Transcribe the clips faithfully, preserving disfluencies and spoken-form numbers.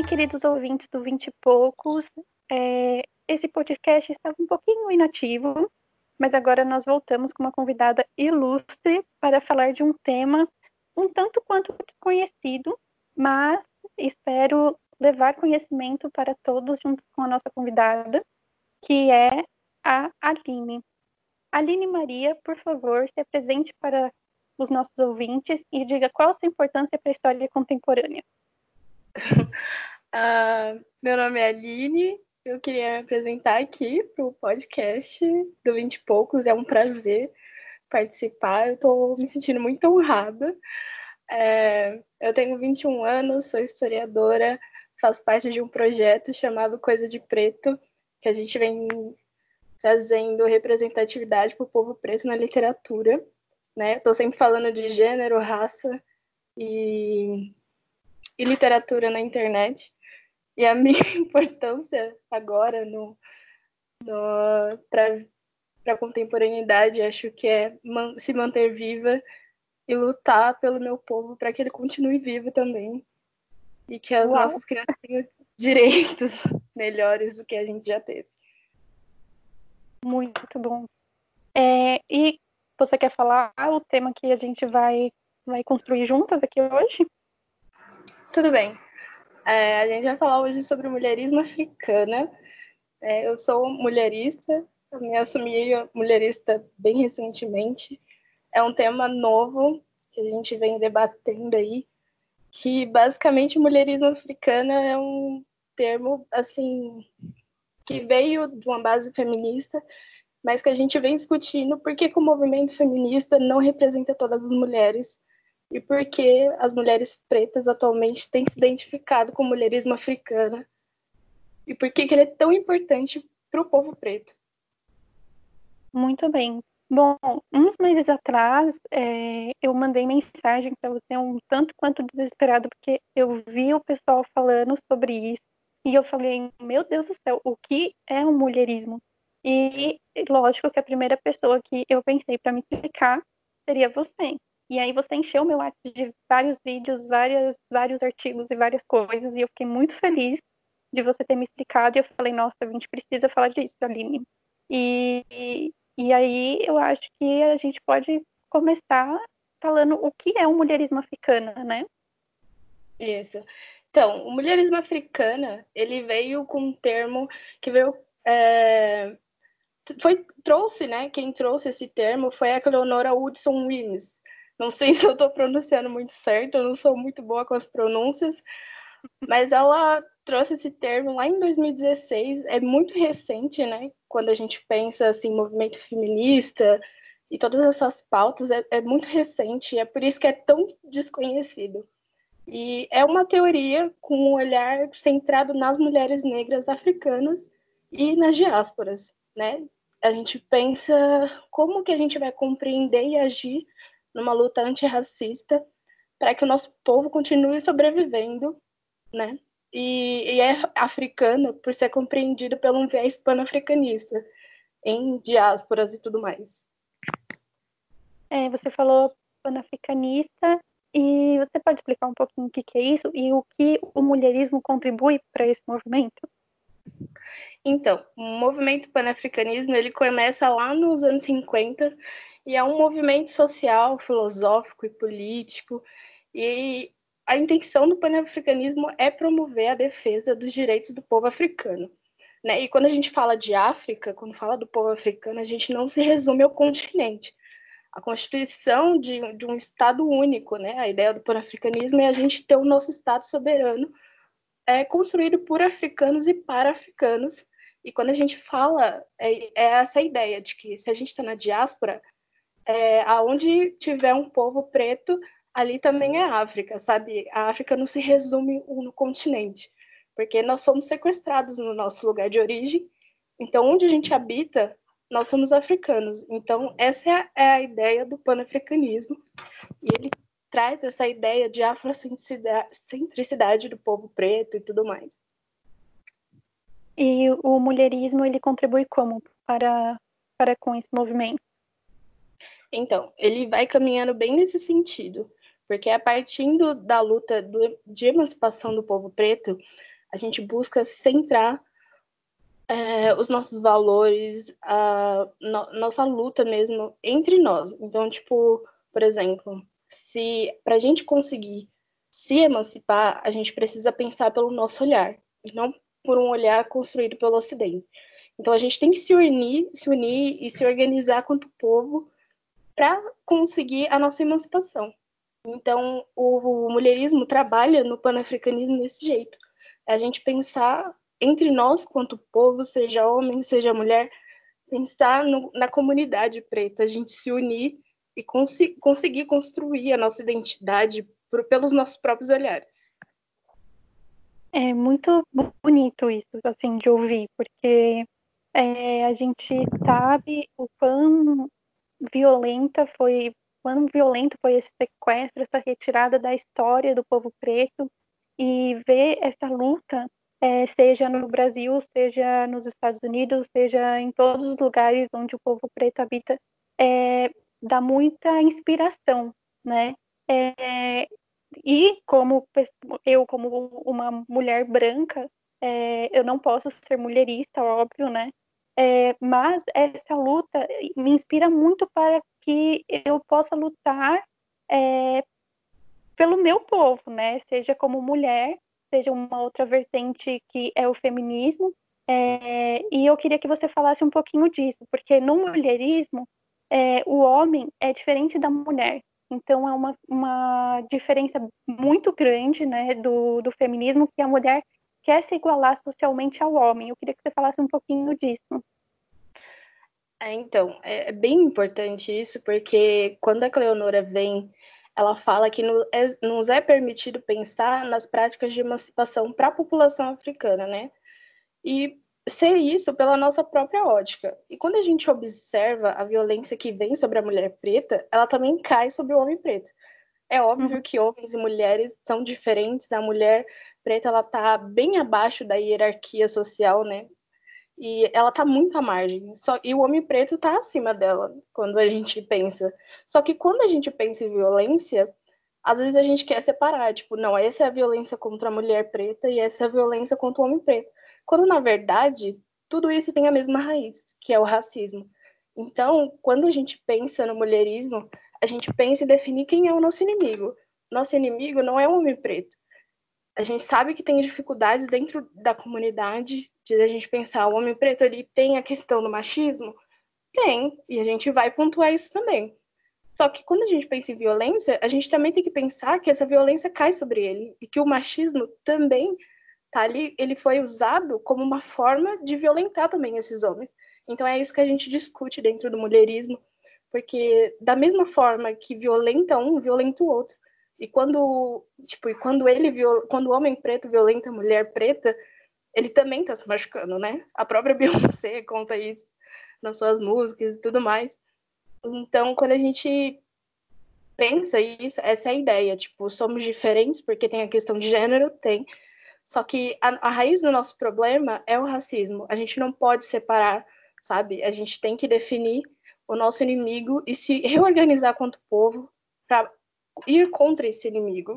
queridos ouvintes do Vinte e Poucos. É, esse podcast estava um pouquinho inativo, mas agora nós voltamos com uma convidada ilustre para falar de um tema um tanto quanto desconhecido, mas espero levar conhecimento para todos junto com a nossa convidada, que é a Aline. Aline Maria, por favor, se apresente para os nossos ouvintes e diga qual a sua importância para a história contemporânea. Uh, meu nome é Aline, eu queria me apresentar aqui para o podcast do Vinte e Poucos, é um prazer participar, eu estou me sentindo muito honrada. É, eu tenho vinte e um anos, sou historiadora, faço parte de um projeto chamado Coisa de Preto, que a gente vem trazendo representatividade para o povo preto na literatura, né? Estou sempre falando de gênero, raça e, e literatura na internet. E a minha importância agora no, no, para a contemporaneidade, acho que é man, se manter viva e lutar pelo meu povo para que ele continue vivo também. E que as Uau. nossas crianças tenham direitos melhores do que a gente já teve. Muito bom. É, e você quer falar o tema que a gente vai, vai construir juntas aqui hoje? Tudo bem. É, a gente vai falar hoje sobre o mulherismo africana. É, eu sou mulherista, eu me assumi mulherista bem recentemente. É um tema novo que a gente vem debatendo aí, que basicamente o mulherismo africano é um termo assim que veio de uma base feminista, mas que a gente vem discutindo por que, que o movimento feminista não representa todas as mulheres e por que as mulheres pretas atualmente têm se identificado com o mulherismo africano e por que, que ele é tão importante para o povo preto. Muito bem. Bom, uns meses atrás, é, eu mandei mensagem para você um tanto quanto desesperado, porque eu vi o pessoal falando sobre isso, e eu falei, meu Deus do céu, o que é o mulherismo? E lógico que a primeira pessoa que eu pensei para me explicar seria você. E aí você encheu meu WhatsApp de vários vídeos, várias, vários artigos e várias coisas, e eu fiquei muito feliz de você ter me explicado, e eu falei, nossa, a gente precisa falar disso, Aline. E, e aí eu acho que a gente pode começar falando o que é o mulherismo africano, né? Isso. Então, o mulherismo africano, ele veio com um termo que veio... É, foi, trouxe, né? Quem trouxe esse termo foi a Cleonora Woodson Williams. Não sei se eu estou pronunciando muito certo, eu não sou muito boa com as pronúncias, mas ela trouxe esse termo lá em dois mil e dezesseis, é muito recente, né? Quando a gente pensa assim, movimento feminista e todas essas pautas, é, é muito recente, é por isso que é tão desconhecido. E é uma teoria com um olhar centrado nas mulheres negras africanas e nas diásporas, né? A gente pensa como que a gente vai compreender e agir numa luta antirracista para que o nosso povo continue sobrevivendo, né? E, e é africano por ser compreendido pelo um viés pan-africanista em diásporas e tudo mais. É, você falou panafricanista, e você pode explicar um pouquinho o que, que é isso e o que o mulherismo contribui para esse movimento? Então, o movimento panafricanismo, ele começa lá nos anos cinquenta e é um movimento social, filosófico e político, e a intenção do panafricanismo é promover a defesa dos direitos do povo africano, né? E quando a gente fala de África, quando fala do povo africano, a gente não se resume ao continente. A constituição de, de um Estado único, né? A ideia do panafricanismo é a gente ter o nosso Estado soberano, é construído por africanos e para africanos. E quando a gente fala, é, é essa ideia de que se a gente está na diáspora, é, aonde tiver um povo preto, ali também é África, sabe? A África não se resume no continente, porque nós fomos sequestrados no nosso lugar de origem, então onde a gente habita, nós somos africanos. Então essa é a, é a ideia do panafricanismo, e ele traz essa ideia de afrocentricidade do povo preto e tudo mais. E o mulherismo, ele contribui como para, para com esse movimento? Então, ele vai caminhando bem nesse sentido, porque a partir da luta do, de emancipação do povo preto, A gente busca centrar é, os nossos valores, a no, nossa luta mesmo entre nós. Então, tipo, por exemplo, se para a gente conseguir se emancipar, a gente precisa pensar pelo nosso olhar, e não por um olhar construído pelo Ocidente. Então, a gente tem que se unir, se unir e se organizar quanto povo para conseguir a nossa emancipação. Então, o, o mulherismo trabalha no panafricanismo desse jeito. É a gente pensar entre nós, quanto povo, seja homem, seja mulher, pensar no, na comunidade preta, a gente se unir e cons conseguir construir a nossa identidade por, pelos nossos próprios olhares. É muito bonito isso, assim, de ouvir, porque é, a gente sabe o quão violenta foi, quão violento foi esse sequestro, essa retirada da história do povo preto, e ver essa luta, é, seja no Brasil, seja nos Estados Unidos, seja em todos os lugares onde o povo preto habita, é, dá muita inspiração, né? É, e como eu, como uma mulher branca, é, eu não posso ser mulherista, óbvio, né? É, mas essa luta me inspira muito para que eu possa lutar é, pelo meu povo, né? Seja como mulher, seja uma outra vertente que é o feminismo. É, e eu queria que você falasse um pouquinho disso, porque no mulherismo, é, o homem é diferente da mulher. Então, é uma, uma diferença muito grande, né, do, do feminismo, que a mulher quer se igualar socialmente ao homem. Eu queria que você falasse um pouquinho disso. É, então, é, é bem importante isso, porque quando a Cleonora vem, ela fala que no, é, nos é permitido pensar nas práticas de emancipação para a população africana, né? E ser isso pela nossa própria ótica. E quando a gente observa a violência que vem sobre a mulher preta, ela também cai sobre o homem preto. É óbvio Uhum. que homens e mulheres são diferentes, a mulher preta ela tá bem abaixo da hierarquia social, né? E ela tá muito à margem. Só, e o homem preto tá acima dela, quando a gente pensa. Só que quando a gente pensa em violência, às vezes a gente quer separar, tipo, não, essa é a violência contra a mulher preta e essa é a violência contra o homem preto. Quando, na verdade, tudo isso tem a mesma raiz, que é o racismo. Então, quando a gente pensa no mulherismo, a gente pensa em definir quem é o nosso inimigo. Nosso inimigo não é o homem preto. A gente sabe que tem dificuldades dentro da comunidade, de a gente pensar, o homem preto ali tem a questão do machismo? Tem, e a gente vai pontuar isso também. Só que quando a gente pensa em violência, a gente também tem que pensar que essa violência cai sobre ele e que o machismo também tá ali, ele foi usado como uma forma de violentar também esses homens. Então é isso que a gente discute dentro do mulherismo, porque da mesma forma que violenta um, violenta o outro. E quando, tipo, e quando ele viol... quando o homem preto violenta a mulher preta, ele também tá se machucando, né? A própria Beyoncé conta isso nas suas músicas e tudo mais. Então, quando a gente pensa isso, essa é a ideia, tipo, somos diferentes porque tem a questão de gênero, tem. Só que a, a raiz do nosso problema é o racismo. A gente não pode separar, sabe? A gente tem que definir o nosso inimigo e se reorganizar quanto povo para ir contra esse inimigo.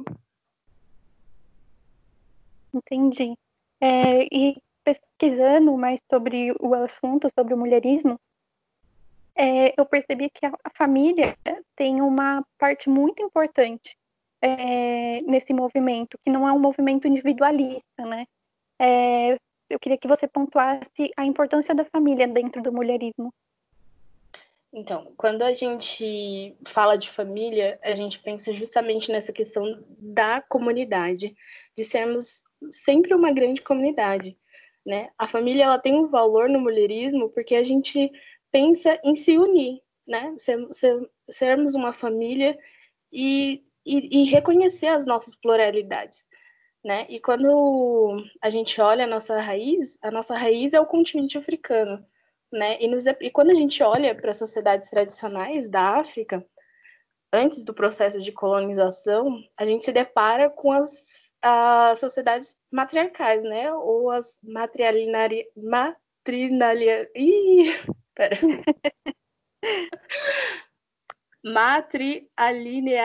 Entendi. É, e pesquisando mais sobre o assunto, sobre o mulherismo, é, eu percebi que a, a família tem uma parte muito importante é, nesse movimento, que não é um movimento individualista, né? É, eu queria que você pontuasse a importância da família dentro do mulherismo. Então, quando a gente fala de família, a gente pensa justamente nessa questão da comunidade, de sermos sempre uma grande comunidade, né? A família ela tem um valor no mulherismo porque a gente pensa em se unir, né? Ser, ser, sermos uma família e, e, e reconhecer as nossas pluralidades, né? E quando a gente olha a nossa raiz, a nossa raiz é o continente africano, né? E, nos, e quando a gente olha para as sociedades tradicionais da África, antes do processo de colonização, a gente se depara com as, as sociedades matriarcais, né? Ou as matrilinari, matrinalia, ih, pera.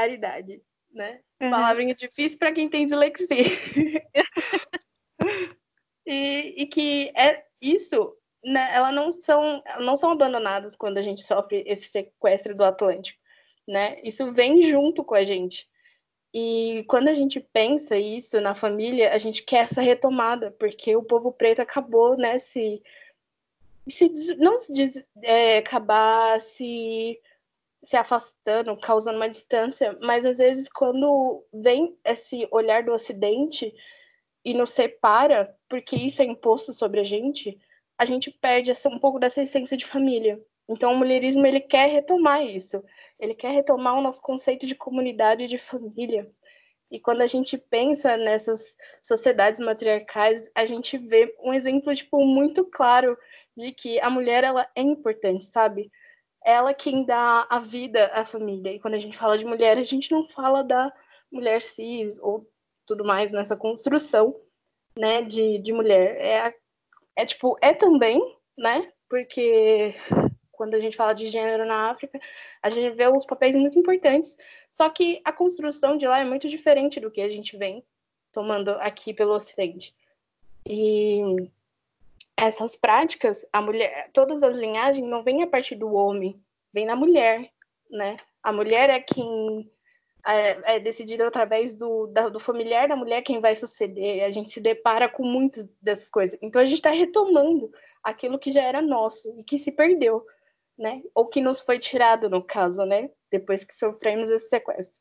Matrialinearidade, né? Uhum. Palavrinha difícil para quem tem dislexia. e, e que é isso, né, elas não são, não são abandonadas quando a gente sofre esse sequestro do Atlântico, né? Isso vem junto com a gente. E quando a gente pensa isso na família, a gente quer essa retomada, porque o povo preto acabou, né, se, se não se diz, é, acabar se, se afastando, causando uma distância, mas às vezes quando vem esse olhar do Ocidente e nos separa, porque isso é imposto sobre a gente, a gente perde essa, um pouco dessa essência de família. Então o mulherismo ele quer retomar isso, ele quer retomar o nosso conceito de comunidade e de família. E quando a gente pensa nessas sociedades matriarcais, a gente vê um exemplo tipo muito claro de que a mulher ela é importante, sabe? Ela quem dá a vida à família. E quando a gente fala de mulher, a gente não fala da mulher cis ou tudo mais nessa construção, né, de, de mulher. É, é tipo, é também, né? Porque quando a gente fala de gênero na África, a gente vê os papéis muito importantes, só que a construção de lá é muito diferente do que a gente vem tomando aqui pelo Ocidente. E essas práticas, a mulher, todas as linhagens não vêm a partir do homem, vem na mulher, né? A mulher é quem é, é decidido através do, da, do familiar da mulher quem vai suceder. A gente se depara com muitas dessas coisas. Então a gente está retomando aquilo que já era nosso e que se perdeu, né? Ou que nos foi tirado, no caso, né? Depois que sofremos esse sequestro.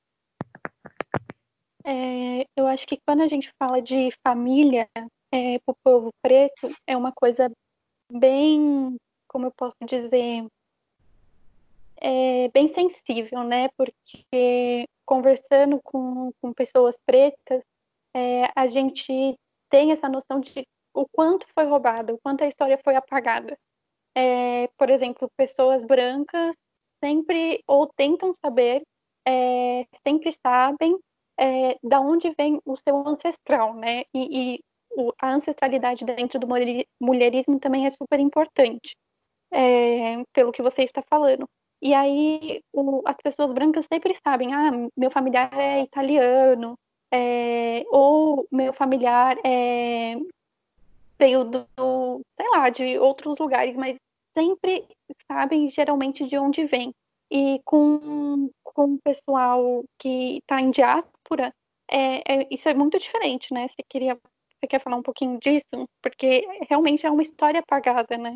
É, eu acho que quando a gente fala de família é, para o povo preto, é uma coisa bem, como eu posso dizer, é, bem sensível, né? Porque conversando com, com pessoas pretas, é, a gente tem essa noção de o quanto foi roubado, o quanto a história foi apagada. É, por exemplo, pessoas brancas sempre ou tentam saber, é, sempre sabem é, da onde vem o seu ancestral, né? E, e o, a ancestralidade dentro do mulherismo também é super importante, é, pelo que você está falando. E aí o, as pessoas brancas sempre sabem, ah, meu familiar é italiano, é, ou meu familiar é, veio do, do, sei lá, de outros lugares, mas sempre sabem geralmente de onde vem. E com, com o pessoal que está em diáspora, é, é, isso é muito diferente, né? Você queria, você quer falar um pouquinho disso? Porque realmente é uma história apagada, né?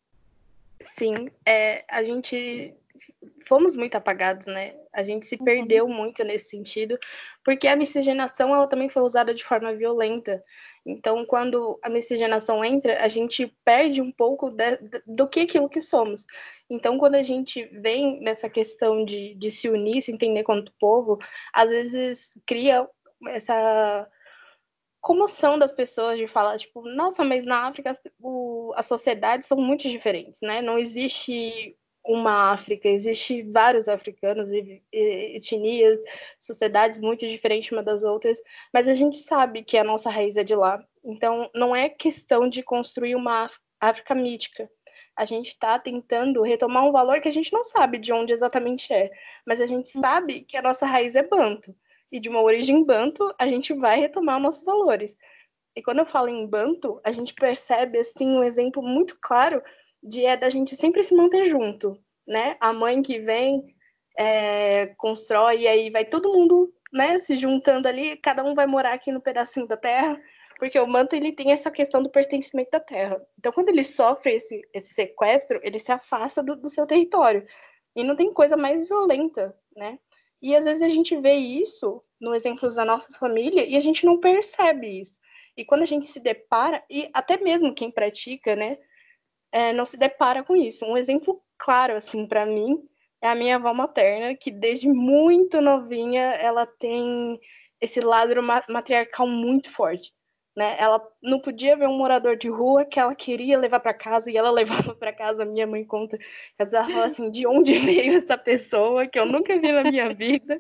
Sim, é, a gente fomos muito apagados, né? A gente se perdeu Uhum. muito nesse sentido, porque a miscigenação ela também foi usada de forma violenta. Então, quando a miscigenação entra, a gente perde um pouco de, de, do que aquilo que somos. Então, quando a gente vem nessa questão de, de se unir, se entender quanto povo, às vezes cria essa comoção das pessoas de falar, tipo, nossa, mas na África o, as sociedades são muito diferentes, né? Não existe uma África, existe vários africanos e, e etnias, sociedades muito diferentes uma das outras, mas a gente sabe que a nossa raiz é de lá. Então, não é questão de construir uma África mítica. A gente está tentando retomar um valor que a gente não sabe de onde exatamente é, mas a gente sabe que a nossa raiz é banto e de uma origem banto, a gente vai retomar nossos valores. E quando eu falo em banto, a gente percebe assim um exemplo muito claro de é da gente sempre se manter junto, né? A mãe que vem é, constrói e aí vai todo mundo, né, se juntando ali, cada um vai morar aqui no pedacinho da terra, porque o manto ele tem essa questão do pertencimento da terra. Então, quando ele sofre esse, esse sequestro, ele se afasta do, do seu território. E não tem coisa mais violenta, né? E às vezes a gente vê isso no exemplo da nossa família e a gente não percebe isso. E quando a gente se depara, e até mesmo quem pratica, né, é, não se depara com isso. Um exemplo claro, assim, para mim, é a minha avó materna, que desde muito novinha ela tem esse lado matriarcal muito forte. Né? Ela não podia ver um morador de rua que ela queria levar para casa e ela levava para casa. Minha mãe conta, ela fala assim, de onde veio essa pessoa que eu nunca vi na minha vida?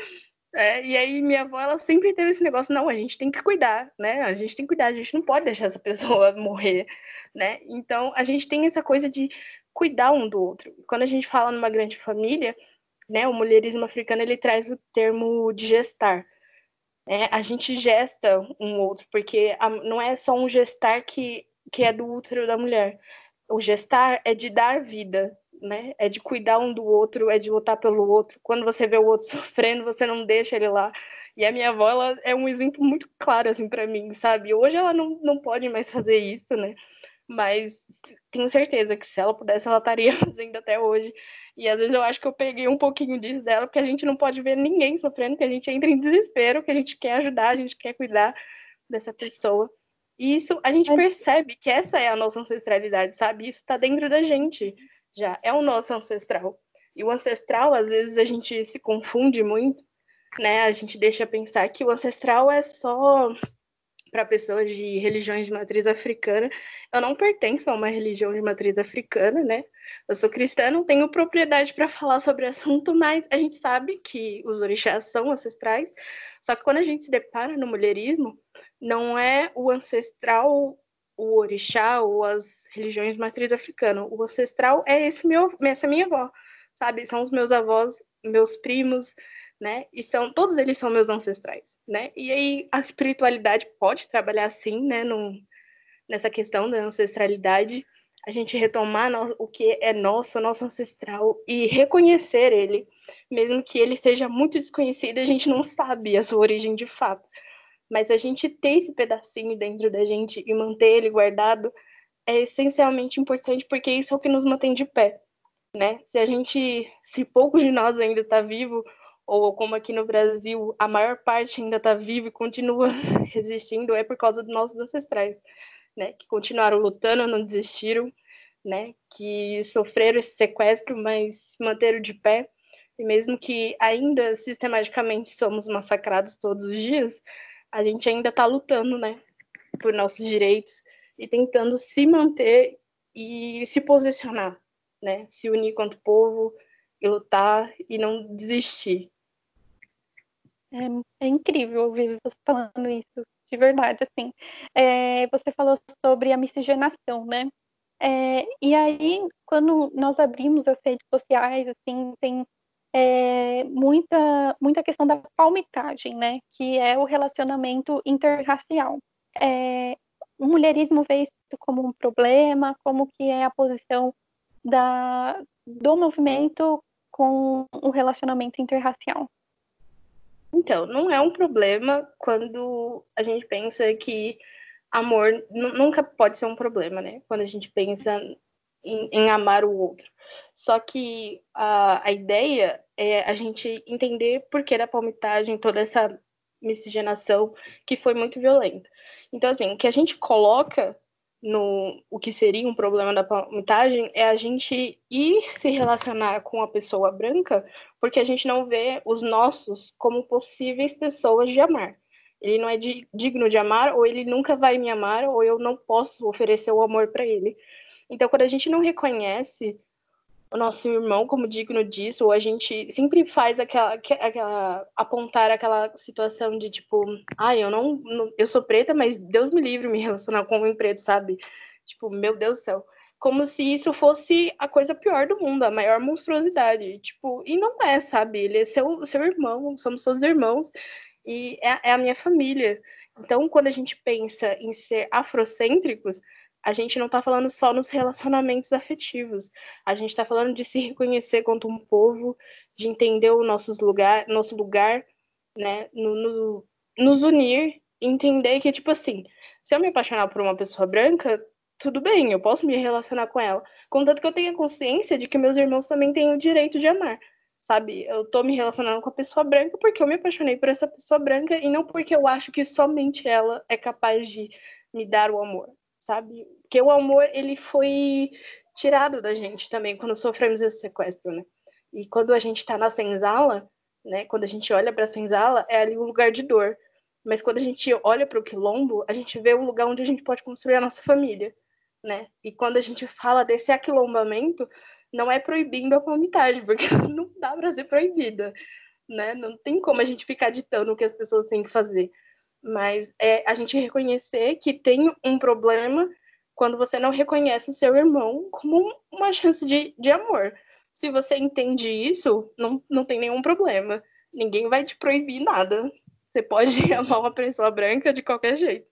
É, e aí minha avó, ela sempre teve esse negócio, não, a gente tem que cuidar, né? A gente tem que cuidar, a gente não pode deixar essa pessoa morrer, né? Então, a gente tem essa coisa de cuidar um do outro. Quando a gente fala numa grande família, né, o mulherismo africano, ele traz o termo de gestar. É, a gente gesta um outro, porque a, não é só um gestar que, que é do útero da mulher. O gestar é de dar vida, né? É de cuidar um do outro, é de lutar pelo outro. Quando você vê o outro sofrendo, você não deixa ele lá. E a minha avó, ela é um exemplo muito claro, assim, para mim, sabe? Hoje ela não, não pode mais fazer isso, né? Mas tenho certeza que se ela pudesse, ela estaria fazendo até hoje. E às vezes eu acho que eu peguei um pouquinho disso dela, porque a gente não pode ver ninguém sofrendo, que a gente entra em desespero, que a gente quer ajudar, a gente quer cuidar dessa pessoa. E isso a gente percebe que essa é a nossa ancestralidade, sabe? Isso está dentro da gente já, é o nosso ancestral. E o ancestral, às vezes, a gente se confunde muito, né? A gente deixa pensar que o ancestral é só para pessoas de religiões de matriz africana. Eu não pertenço a uma religião de matriz africana, né? Eu sou cristã, não tenho propriedade para falar sobre o assunto, mas a gente sabe que os orixás são ancestrais. Só que quando a gente se depara no mulherismo, não é o ancestral, o orixá ou as religiões de matriz africana. O ancestral é esse meu, essa minha avó, sabe? São os meus avós, meus primos, né? E são, todos eles são meus ancestrais, né? E aí a espiritualidade pode trabalhar assim, né? No, nessa questão da ancestralidade, a gente retomar no, o que é nosso, nosso ancestral e reconhecer ele, mesmo que ele seja muito desconhecido, a gente não sabe a sua origem de fato. Mas a gente ter esse pedacinho dentro da gente e manter ele guardado é essencialmente importante, porque isso é o que nos mantém de pé, né? Se a gente, se poucos de nós ainda está vivo, ou como aqui no Brasil, a maior parte ainda está viva e continua resistindo, é por causa dos nossos ancestrais, né? Que continuaram lutando, não desistiram, né? Que sofreram esse sequestro, mas se manteram de pé. E mesmo que ainda sistematicamente somos massacrados todos os dias, a gente ainda está lutando, né? Por nossos direitos e tentando se manter e se posicionar, né? Se unir contra o povo e lutar e não desistir. É, é incrível ouvir você falando isso, de verdade, assim. É, você falou sobre a miscigenação, né? É, e aí, quando nós abrimos as redes sociais, assim, tem é, muita, muita questão da palmitagem, né? Que é o relacionamento interracial. É, o mulherismo vê isso como um problema, como que é a posição da, do movimento com o relacionamento interracial. Então, não é um problema quando a gente pensa que amor nunca pode ser um problema, né? Quando a gente pensa em, em amar o outro. Só que a, a ideia é a gente entender por que da palmitagem, toda essa miscigenação que foi muito violenta. Então, assim, o que a gente coloca no o que seria um problema da palmitagem é a gente ir se relacionar com a pessoa branca porque a gente não vê os nossos como possíveis pessoas de amar. Ele não é de, digno de amar, ou ele nunca vai me amar, ou eu não posso oferecer o amor para ele. Então, quando a gente não reconhece o nosso irmão como digno disso, ou a gente sempre faz aquela, aquela apontar aquela situação de tipo, ah, eu não, não, eu sou preta, mas Deus me livre me relacionar com um preto, sabe? Tipo, meu Deus do céu. Como se isso fosse a coisa pior do mundo, a maior monstruosidade. Tipo, e não é, sabe? Ele é seu, seu irmão, somos seus irmãos, e é, é a minha família. Então, quando a gente pensa em ser afrocêntricos, a gente não está falando só nos relacionamentos afetivos. A gente está falando de se reconhecer quanto um povo, de entender o nossos lugar, nosso lugar, né, no, no, nos unir, entender que, tipo assim, se eu me apaixonar por uma pessoa branca, tudo bem, eu posso me relacionar com ela. Contanto que eu tenha consciência de que meus irmãos também têm o direito de amar. Sabe, eu tô me relacionando com a pessoa branca porque eu me apaixonei por essa pessoa branca e não porque eu acho que somente ela é capaz de me dar o amor, sabe? Porque o amor, ele foi tirado da gente também quando sofremos esse sequestro, né? E quando a gente tá na senzala, né? Quando a gente olha pra senzala, é ali um lugar de dor. Mas quando a gente olha para o quilombo, a gente vê um lugar onde a gente pode construir a nossa família, né? E quando a gente fala desse aquilombamento, não é proibindo a palmitagem, porque não dá para ser proibida, né? Não tem como a gente ficar ditando o que as pessoas têm que fazer. Mas é a gente reconhecer que tem um problema quando você não reconhece o seu irmão como uma chance de, de amor. Se você entende isso, não, não tem nenhum problema. Ninguém vai te proibir nada. Você pode amar uma pessoa branca de qualquer jeito.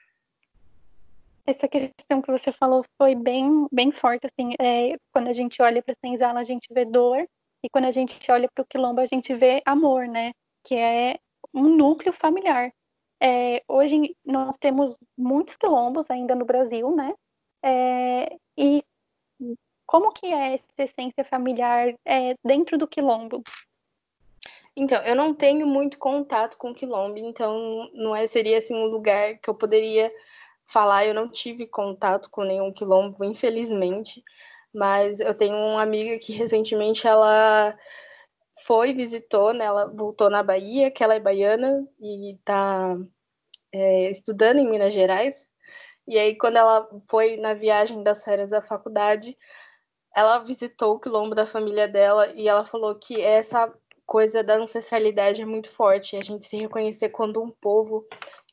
Essa questão que você falou foi bem, bem forte, assim, é, quando a gente olha para a senzala, a gente vê dor, e quando a gente olha para o quilombo, a gente vê amor, né? Que é um núcleo familiar. É, hoje nós temos muitos quilombos ainda no Brasil, né? É, e como que é essa essência familiar é, dentro do quilombo? Então, eu não tenho muito contato com o quilombo, então não é, seria assim um lugar que eu poderia falar. Eu não tive contato com nenhum quilombo, infelizmente, mas eu tenho uma amiga que recentemente ela foi, visitou, né, ela voltou na Bahia, que ela é baiana e está é, estudando em Minas Gerais. E aí, quando ela foi na viagem das férias da faculdade, ela visitou o quilombo da família dela e ela falou que essa coisa da ancestralidade é muito forte, a gente se reconhecer quando um povo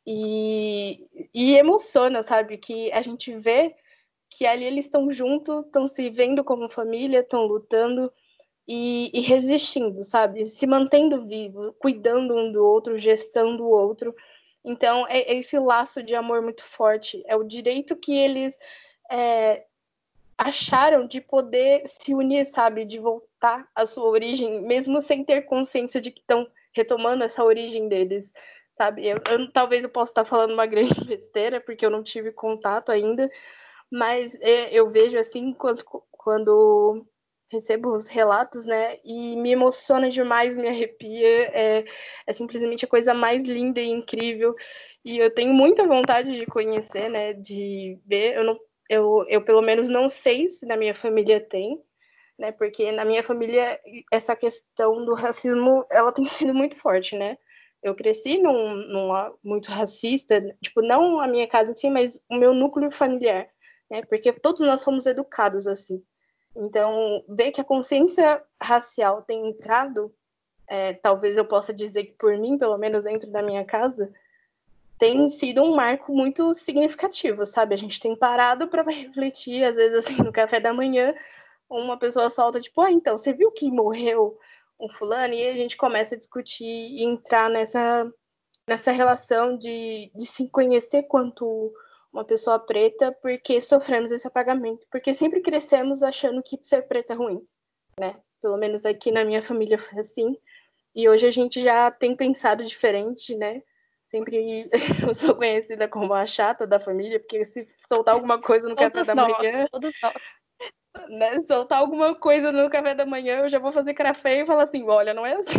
e, e emociona, sabe? Que a gente vê que ali eles estão juntos, estão se vendo como família, estão lutando e, e resistindo, sabe? Se mantendo vivo, cuidando um do outro, gestando o outro. Então, é, é esse laço de amor muito forte, é o direito que eles é, acharam de poder se unir, sabe? De voltar à sua origem, mesmo sem ter consciência de que estão retomando essa origem deles, sabe? Eu, eu, talvez eu possa estar falando uma grande besteira, porque eu não tive contato ainda, mas é, eu vejo assim, quando, quando recebo os relatos, né, e me emociona demais, me arrepia, é, é simplesmente a coisa mais linda e incrível, e eu tenho muita vontade de conhecer, né, de ver, eu, não, eu, eu pelo menos não sei se na minha família tem, né, porque na minha família essa questão do racismo, ela tem sido muito forte, né, eu cresci num, num muito racista, tipo, não a minha casa em si, mas o meu núcleo familiar, né, porque todos nós fomos educados assim. Então, ver que a consciência racial tem entrado, é, talvez eu possa dizer que por mim, pelo menos dentro da minha casa, tem sido um marco muito significativo, sabe? A gente tem parado para refletir, às vezes, assim, no café da manhã, uma pessoa solta, tipo, ah, então, você viu que morreu um fulano? E aí a gente começa a discutir e entrar nessa, nessa relação de, de se conhecer quanto uma pessoa preta, porque sofremos esse apagamento, porque sempre crescemos achando que ser preta é ruim, né? Pelo menos aqui na minha família foi assim. E hoje a gente já tem pensado diferente, né? Sempre eu sou conhecida como a chata da família, porque se soltar alguma coisa no café Todos da nós, manhã, todos nós. né? Soltar alguma coisa no café da manhã, eu já vou fazer cara feia e falar assim, olha, não é assim.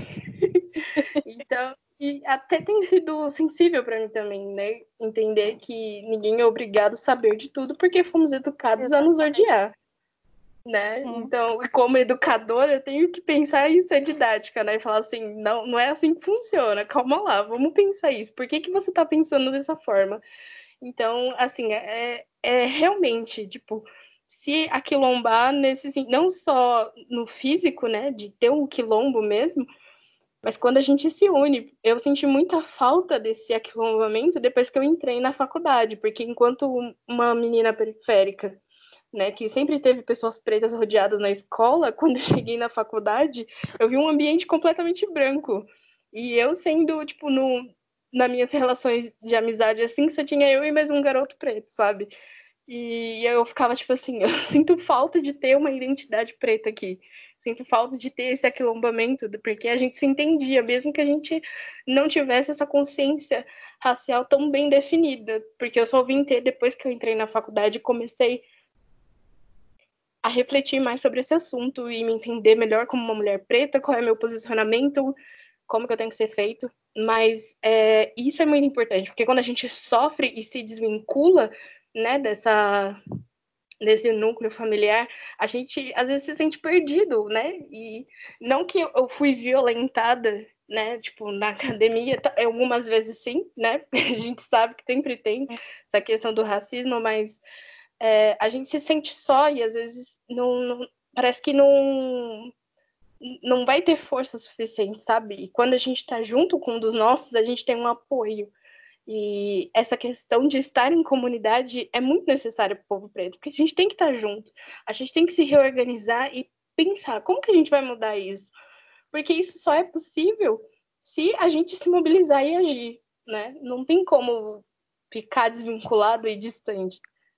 Então, e até tem sido sensível para mim também, né? Entender que ninguém é obrigado a saber de tudo, porque fomos educados a nos Exatamente. odiar, né? Hum. Então, como educadora, eu tenho que pensar em ser didática, né? E falar assim, não, não é assim que funciona, calma lá, vamos pensar isso. Por que, que você está pensando dessa forma? Então, assim, é, é realmente, tipo, se aquilombar nesse, não só no físico, né, de ter um quilombo mesmo, mas quando a gente se une, eu senti muita falta desse aquilombamento depois que eu entrei na faculdade, porque enquanto uma menina periférica, né, que sempre teve pessoas pretas rodeadas na escola, quando eu cheguei na faculdade, eu vi um ambiente completamente branco. E eu sendo, tipo, no, nas minhas relações de amizade, assim, só tinha eu e mais um garoto preto, sabe? E eu ficava, tipo assim, eu sinto falta de ter uma identidade preta aqui. Sinto falta de ter esse aquilombamento, porque a gente se entendia, mesmo que a gente não tivesse essa consciência racial tão bem definida. Porque eu só vim ter depois que eu entrei na faculdade e comecei a refletir mais sobre esse assunto e me entender melhor como uma mulher preta, qual é meu posicionamento, como que eu tenho que ser feito. Mas é, isso é muito importante, porque quando a gente sofre e se desvincula, né, dessa, desse núcleo familiar, a gente às vezes se sente perdido, né? E não que eu fui violentada, né? Tipo, na academia, algumas vezes sim, né? A gente sabe que sempre tem essa questão do racismo, mas é, a gente se sente só e às vezes não, não parece que não não vai ter força suficiente, sabe? E quando a gente tá junto com um dos nossos, a gente tem um apoio. E essa questão de estar em comunidade é muito necessária para o povo preto, porque a gente tem que estar junto, a gente tem que se reorganizar e pensar como que a gente vai mudar isso, porque isso só é possível se a gente se mobilizar e agir, né? Não tem como ficar desvinculado e distante.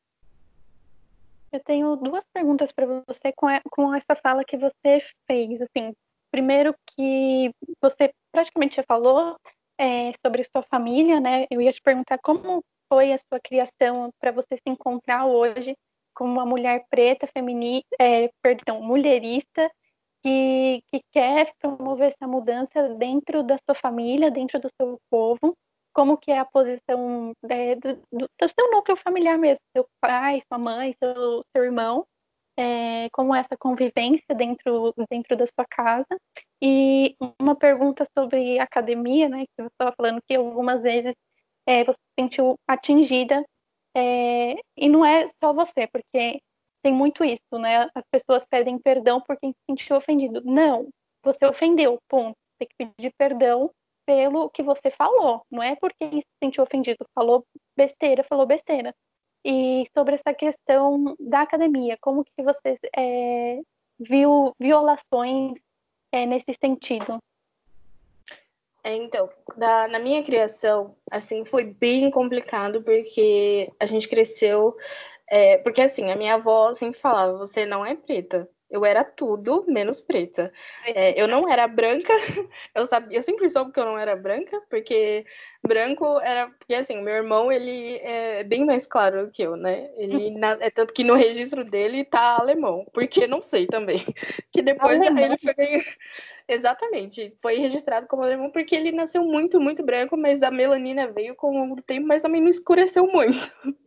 Eu tenho duas perguntas para você com, a, com essa fala que você fez. Assim, primeiro que você praticamente já falou é, sobre sua família, né? Eu ia te perguntar como foi a sua criação para você se encontrar hoje como uma mulher preta, feminista, é, perdão, mulherista, que, que quer promover essa mudança dentro da sua família, dentro do seu povo. Como que é a posição é, do, do, do seu núcleo familiar mesmo, seu pai, sua mãe, seu, seu irmão, é, como é essa convivência dentro, dentro da sua casa. E uma pergunta sobre academia, né, que você estava falando que algumas vezes é, você se sentiu atingida, é, e não é só você, porque tem muito isso, né, as pessoas pedem perdão por quem se sentiu ofendido. Não, você ofendeu, ponto. Tem que pedir perdão pelo que você falou, não é porque se sentiu ofendido, falou besteira, falou besteira. E sobre essa questão da academia, como que você é, viu violações é, nesse sentido? É, então, da, na minha criação, assim, foi bem complicado, porque a gente cresceu... É, porque, assim, a minha avó sempre falava, você não é preta. Eu era tudo menos preta. É, eu não era branca, eu, sabia, eu sempre soube que eu não era branca, porque branco era... Porque, assim, meu irmão, ele é bem mais claro que eu, né? Ele, na, é tanto que no registro dele tá alemão, porque não sei também. Que depois Alemão. aí ele foi... Exatamente, foi registrado como alemão porque ele nasceu muito, muito branco, mas a melanina veio com o longo do tempo, mas também não escureceu muito.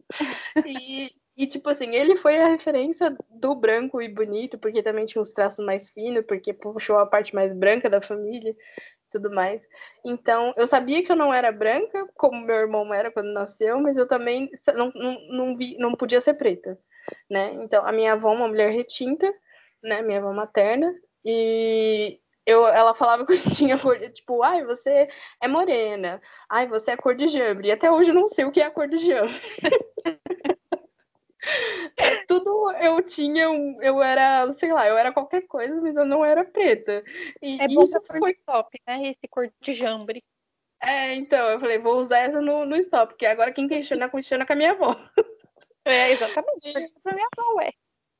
E, e, tipo assim, ele foi a referência do branco e bonito, porque também tinha os traços mais finos, porque puxou a parte mais branca da família e tudo mais. Então, eu sabia que eu não era branca, como meu irmão era quando nasceu, mas eu também não, não, não, vi, não podia ser preta, né? Então, a minha avó é uma mulher retinta, né? Minha avó materna, e eu, ela falava que eu tinha cor, tipo, ai, você é morena, ai, você é cor de jambre, e até hoje eu não sei o que é a cor de jambre. É, tudo eu tinha, um, eu era, sei lá, eu era qualquer coisa, mas eu não era preta. E É bom isso pra pôr no foi. stop, né? Esse cor de jambre. É, então, eu falei, vou usar essa no, no stop, porque agora quem questiona, questiona com a minha avó. É, exatamente. E, Pergunta pra minha avó, ué.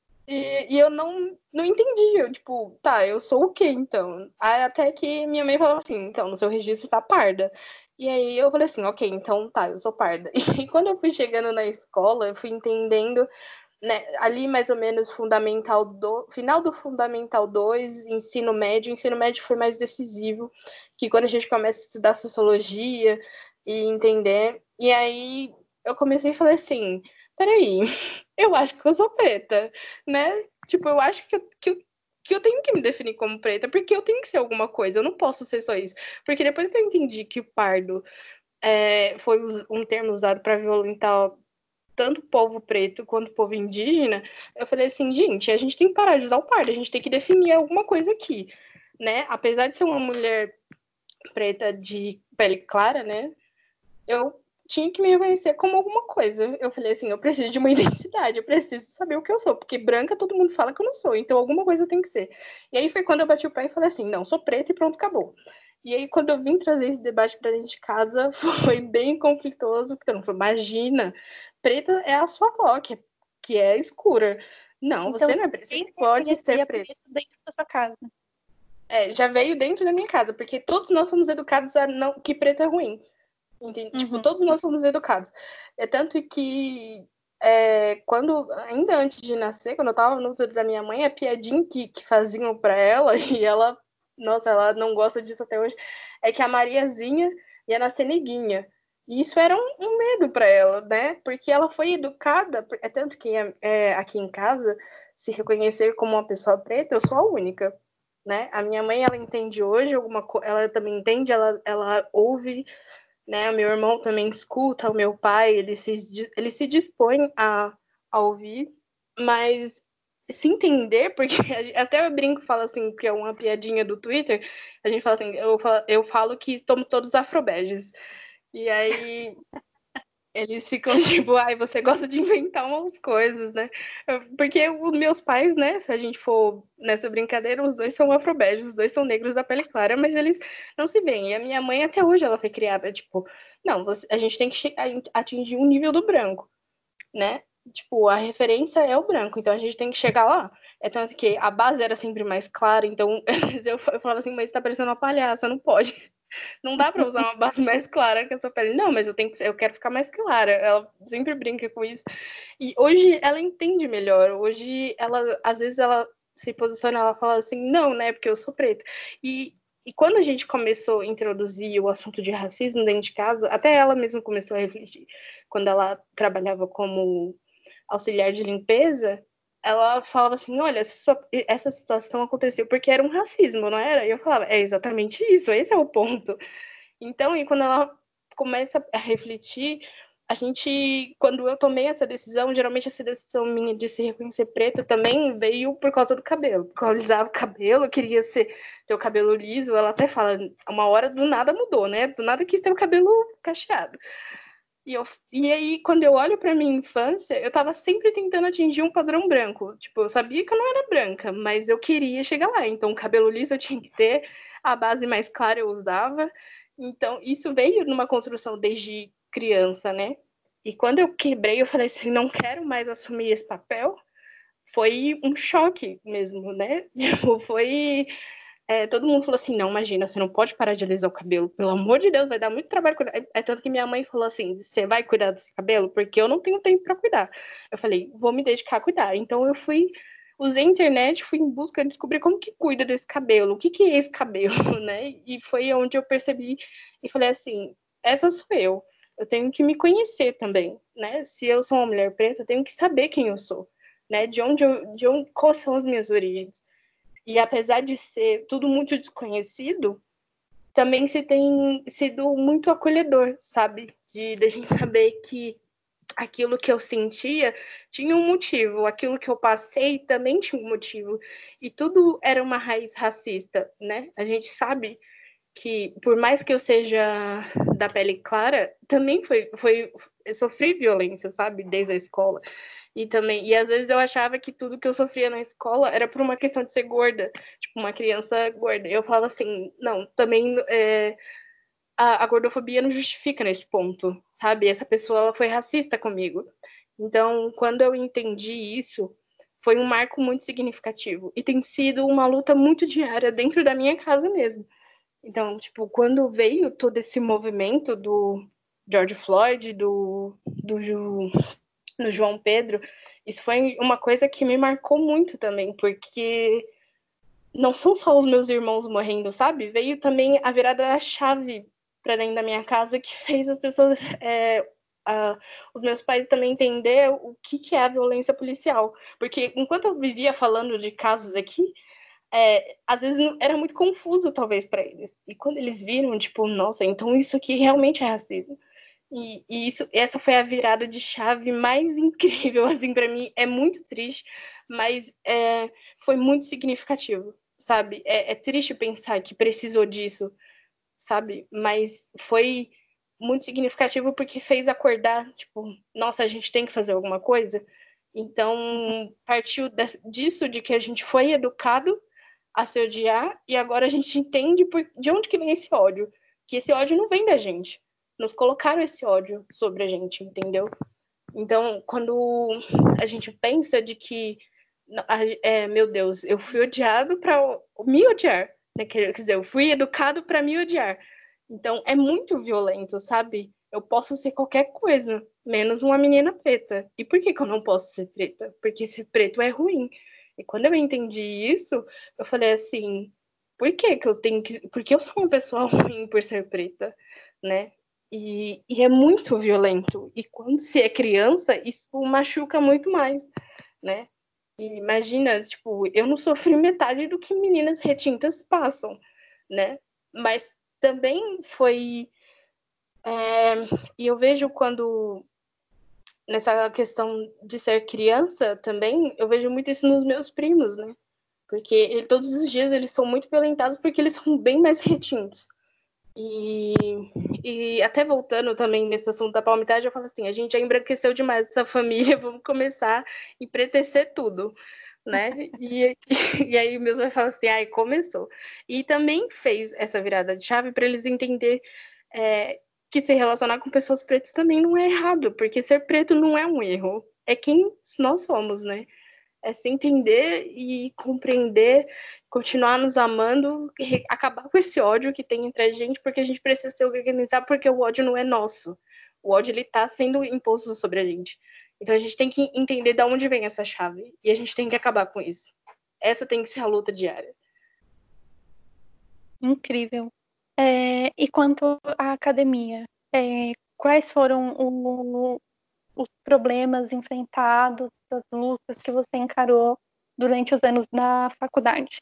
e, e eu não, não entendia, eu, tipo, tá, eu sou o quê então? Aí até que minha mãe falava assim, então, no seu registro tá parda. E aí eu falei assim, ok, então tá, eu sou parda. E quando eu fui chegando na escola, eu fui entendendo, né, ali mais ou menos fundamental do final do fundamental dois, ensino médio, o ensino médio foi mais decisivo, que quando a gente começa a estudar sociologia e entender, e aí eu comecei a falar assim, peraí, eu acho que eu sou preta, né? Tipo, eu acho que eu, que eu que eu tenho que me definir como preta, porque eu tenho que ser alguma coisa, eu não posso ser só isso. Porque depois que eu entendi que o pardo é, foi um termo usado para violentar tanto o povo preto quanto o povo indígena, eu falei assim, gente, a gente tem que parar de usar o pardo, a gente tem que definir alguma coisa aqui, né? Apesar de ser uma mulher preta de pele clara, né? Eu tinha que me reconhecer como alguma coisa. Eu falei assim, eu preciso de uma identidade, eu preciso saber o que eu sou, porque branca todo mundo fala que eu não sou, então alguma coisa eu tenho que ser. E aí foi quando eu bati o pé e falei assim, não, sou preta e pronto, acabou. E aí, quando eu vim trazer esse debate pra dentro de casa, foi bem conflituoso, porque eu não falei, imagina, preta é a sua avó, que é, que é escura. Não, Então, você não é preta, você quem pode ser reconhecia preta. preto dentro da sua casa? É, já veio dentro da minha casa, porque todos nós fomos educados a não que preto é ruim. Entende? Tipo, Uhum. todos nós somos educados. É tanto que é, quando, ainda antes de nascer, quando eu tava no útero da minha mãe, a piadinha que, que faziam pra ela, e ela, nossa, ela não gosta disso até hoje, é que a Mariazinha ia nascer neguinha. E isso era um, um medo para ela, né? Porque ela foi educada, é tanto que é, aqui em casa, se reconhecer como uma pessoa preta, eu sou a única. Né? A minha mãe, ela entende hoje alguma coisa, ela também entende, ela, ela ouve, né? O meu irmão também escuta, o meu pai, ele se, ele se dispõe a, a ouvir, mas se entender, porque até eu brinco, falo assim, que é uma piadinha do Twitter, a gente fala assim, eu falo, eu falo que somos todos afrobeges. E aí Eles ficam tipo, ai, você gosta de inventar umas coisas, né? Porque os meus pais, né, se a gente for nessa brincadeira, os dois são afrobeges, os dois são negros da pele clara, mas eles não se veem. E a minha mãe, até hoje, ela foi criada, tipo, não, você, a gente tem que atingir um nível do branco, né? Tipo, a referência é o branco, então a gente tem que chegar lá. É tanto que a base era sempre mais clara, então eu, eu falava assim, mas tá parecendo uma palhaça, não pode. Não dá pra usar uma base mais clara que a sua pele. Não, mas eu tenho que, eu quero ficar mais clara. Ela sempre brinca com isso. E hoje ela entende melhor. Hoje ela, às vezes ela se posiciona, ela fala assim, não, né, porque eu sou preta. E, e quando a gente começou a introduzir o assunto de racismo dentro de casa, até ela mesma começou a refletir. Quando ela trabalhava como auxiliar de limpeza, ela falava assim, olha, essa situação aconteceu porque era um racismo, não era? E eu falava, é exatamente isso, esse é o ponto. Então, e quando ela começa a refletir, a gente, quando eu tomei essa decisão, geralmente essa decisão minha de se reconhecer preta também veio por causa do cabelo. Porque eu alisava o cabelo, eu queria ser, ter o cabelo liso, ela até fala, uma hora do nada mudou, né? Do nada quis ter o cabelo cacheado. E, eu, e aí, quando eu olho para minha infância, eu tava sempre tentando atingir um padrão branco. Tipo, eu sabia que eu não era branca, mas eu queria chegar lá. Então, o cabelo liso eu tinha que ter, a base mais clara eu usava. Então, isso veio numa construção desde criança, né? E quando eu quebrei, eu falei assim, não quero mais assumir esse papel. Foi um choque mesmo, né? Tipo, foi é, todo mundo falou assim, não, imagina, você não pode parar de alisar o cabelo, pelo amor de Deus, vai dar muito trabalho cuidar. É tanto que minha mãe falou assim, você vai cuidar desse cabelo? Porque eu não tenho tempo para cuidar. Eu falei, vou me dedicar a cuidar. Então eu fui, usei a internet, fui em busca de descobrir como que cuida desse cabelo, o que que é esse cabelo, né? E foi onde eu percebi e falei assim, essa sou eu. Eu tenho que me conhecer também, né? Se eu sou uma mulher preta, eu tenho que saber quem eu sou, né? De onde eu, de onde, quais são as minhas origens. E apesar de ser tudo muito desconhecido, também se tem sido muito acolhedor, sabe? De, de a gente saber que aquilo que eu sentia tinha um motivo, aquilo que eu passei também tinha um motivo. E tudo era uma raiz racista, né? A gente sabe que, por mais que eu seja da pele clara, também foi, foi eu sofri violência, sabe? Desde a escola. E também, e às vezes eu achava que tudo que eu sofria na escola era por uma questão de ser gorda, tipo, uma criança gorda. Eu falava assim, não, também é, a, a gordofobia não justifica nesse ponto, sabe? Essa pessoa, ela foi racista comigo. Então, quando eu entendi isso, foi um marco muito significativo. E tem sido uma luta muito diária dentro da minha casa mesmo. Então, tipo, quando veio todo esse movimento do George Floyd, do, do, no João Pedro, isso foi uma coisa que me marcou muito também, porque não são só os meus irmãos morrendo, sabe? Veio também a virada da chave para dentro da minha casa que fez as pessoas, é, uh, os meus pais também entender o que, que é a violência policial. Porque enquanto eu vivia falando de casos aqui, é, às vezes era muito confuso, talvez, para eles. E quando eles viram, tipo, nossa, então isso aqui realmente é racismo. E, e isso, essa foi a virada de chave mais incrível, assim, para mim. É muito triste, mas é, foi muito significativo, sabe? É, é triste pensar que precisou disso, sabe? Mas foi muito significativo porque fez acordar, tipo, nossa, a gente tem que fazer alguma coisa. Então, partiu disso, de que a gente foi educado a se odiar, e agora a gente entende por, de onde que vem esse ódio. Que esse ódio não vem da gente. Nos colocaram esse ódio sobre a gente, entendeu? Então, quando a gente pensa de que, é, meu Deus, eu fui odiado para me odiar, né? Quer dizer, eu fui educado para me odiar. Então, é muito violento, sabe? Eu posso ser qualquer coisa, menos uma menina preta. E por que, que eu não posso ser preta? Porque ser preto é ruim. E quando eu entendi isso, eu falei assim, por que que eu tenho que... Porque eu sou uma pessoa ruim por ser preta, né? E, e é muito violento. E quando se é criança, isso machuca muito mais, né? E imagina, tipo, eu não sofri metade do que meninas retintas passam, né? Mas também foi... É, e eu vejo quando... Nessa questão de ser criança também, eu vejo muito isso nos meus primos, né? Porque ele, todos os dias eles são muito violentados porque eles são bem mais retintos. E, e até voltando também nesse assunto da palmitagem, eu falo assim, a gente já embranqueceu demais essa família, vamos começar a empretecer tudo, né? E, e aí meus vai falar assim, ai, começou. E também fez essa virada de chave para eles entenderem é, que se relacionar com pessoas pretas também não é errado, porque ser preto não é um erro, é quem nós somos, né? É se entender e compreender, continuar nos amando, e acabar com esse ódio que tem entre a gente, porque a gente precisa se organizar, porque o ódio não é nosso. O ódio, ele tá sendo imposto sobre a gente. Então a gente tem que entender de onde vem essa chave, e a gente tem que acabar com isso. Essa tem que ser a luta diária. Incrível. É, e quanto à academia, é, quais foram o, os problemas enfrentados, as lutas que você encarou durante os anos da faculdade?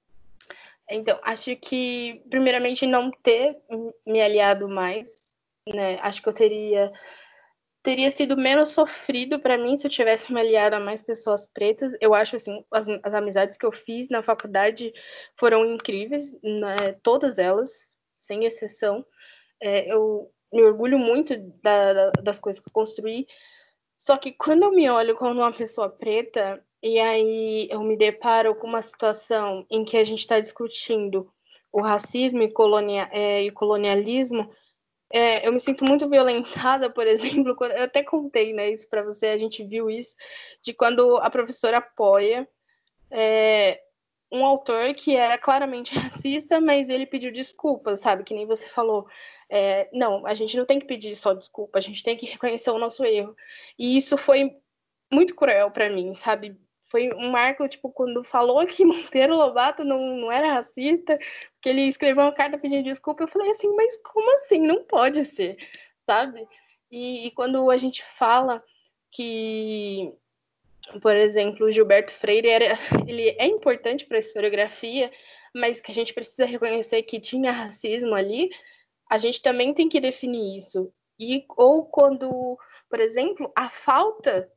Então, acho que, primeiramente, não ter me aliado mais, né? Acho que eu teria teria sido menos sofrido para mim se eu tivesse me aliado a mais pessoas pretas. Eu acho, assim, as, as amizades que eu fiz na faculdade foram incríveis, né? Todas elas, sem exceção. É, eu me orgulho muito da, da, das coisas que eu construí. Só que quando eu me olho como uma pessoa preta, e aí eu me deparo com uma situação em que a gente está discutindo o racismo e, colonia, é, e colonialismo, é, eu me sinto muito violentada, por exemplo, quando, eu até contei, né, isso para você, a gente viu isso, de quando a professora apoia é, um autor que era claramente racista, mas ele pediu desculpas, sabe? Que nem você falou. É, não, a gente não tem que pedir só desculpa, a gente tem que reconhecer o nosso erro. E isso foi muito cruel para mim, sabe? Foi um marco, tipo, quando falou que Monteiro Lobato não, não era racista, que ele escreveu uma carta pedindo desculpa, eu falei assim, mas como assim? Não pode ser, sabe? E, e quando a gente fala que, por exemplo, o Gilberto Freire era, ele é importante para a historiografia, mas que a gente precisa reconhecer que tinha racismo ali, a gente também tem que definir isso. E, ou quando, por exemplo, a falta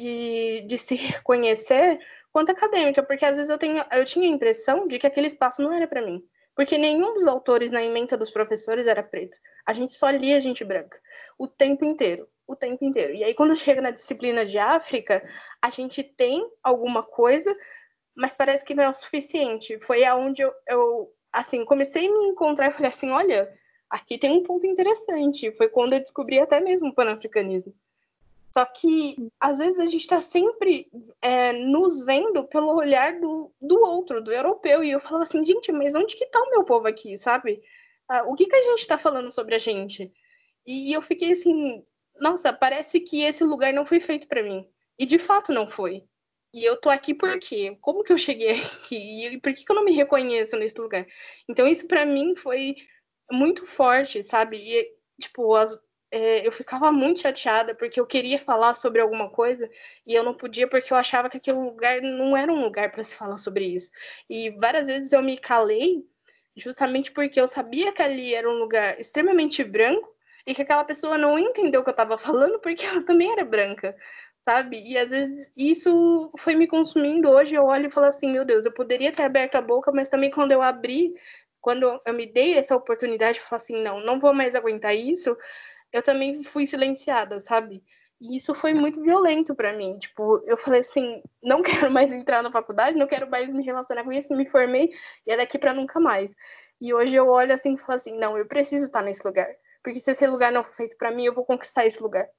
de, de se reconhecer quanto acadêmica, porque às vezes eu, tenho, eu tinha a impressão de que aquele espaço não era para mim, porque nenhum dos autores na ementa dos professores era preto. A gente só lia gente branca, o tempo inteiro, o tempo inteiro. E aí, quando chega na disciplina de África, a gente tem alguma coisa, mas parece que não é o suficiente. Foi aonde eu, eu assim, comecei a me encontrar e falei assim, olha, aqui tem um ponto interessante. Foi quando eu descobri até mesmo o panafricanismo. Só que, às vezes, a gente está sempre é, nos vendo pelo olhar do, do outro, do europeu. E eu falo assim, gente, mas onde que está o meu povo aqui, sabe? Ah, o que, que a gente está falando sobre a gente? E, e eu fiquei assim, nossa, parece que esse lugar não foi feito para mim. E, de fato, não foi. E eu tô aqui por quê? Como que eu cheguei aqui? E por que, que eu não me reconheço nesse lugar? Então, isso para mim foi muito forte, sabe? E, tipo, as, é, eu ficava muito chateada porque eu queria falar sobre alguma coisa e eu não podia porque eu achava que aquele lugar não era um lugar para se falar sobre isso. E várias vezes eu me calei justamente porque eu sabia que ali era um lugar extremamente branco e que aquela pessoa não entendeu o que eu estava falando porque ela também era branca, sabe? E às vezes isso foi me consumindo. Hoje eu olho e falo assim, meu Deus, eu poderia ter aberto a boca, mas também quando eu abri, quando eu me dei essa oportunidade de falar assim, não, não vou mais aguentar isso, eu também fui silenciada, sabe? E isso foi muito violento para mim. Tipo, eu falei assim, não quero mais entrar na faculdade, não quero mais me relacionar com isso, me formei e é daqui para nunca mais. E hoje eu olho assim e falo assim, não, eu preciso estar nesse lugar, porque se esse lugar não for feito para mim, eu vou conquistar esse lugar.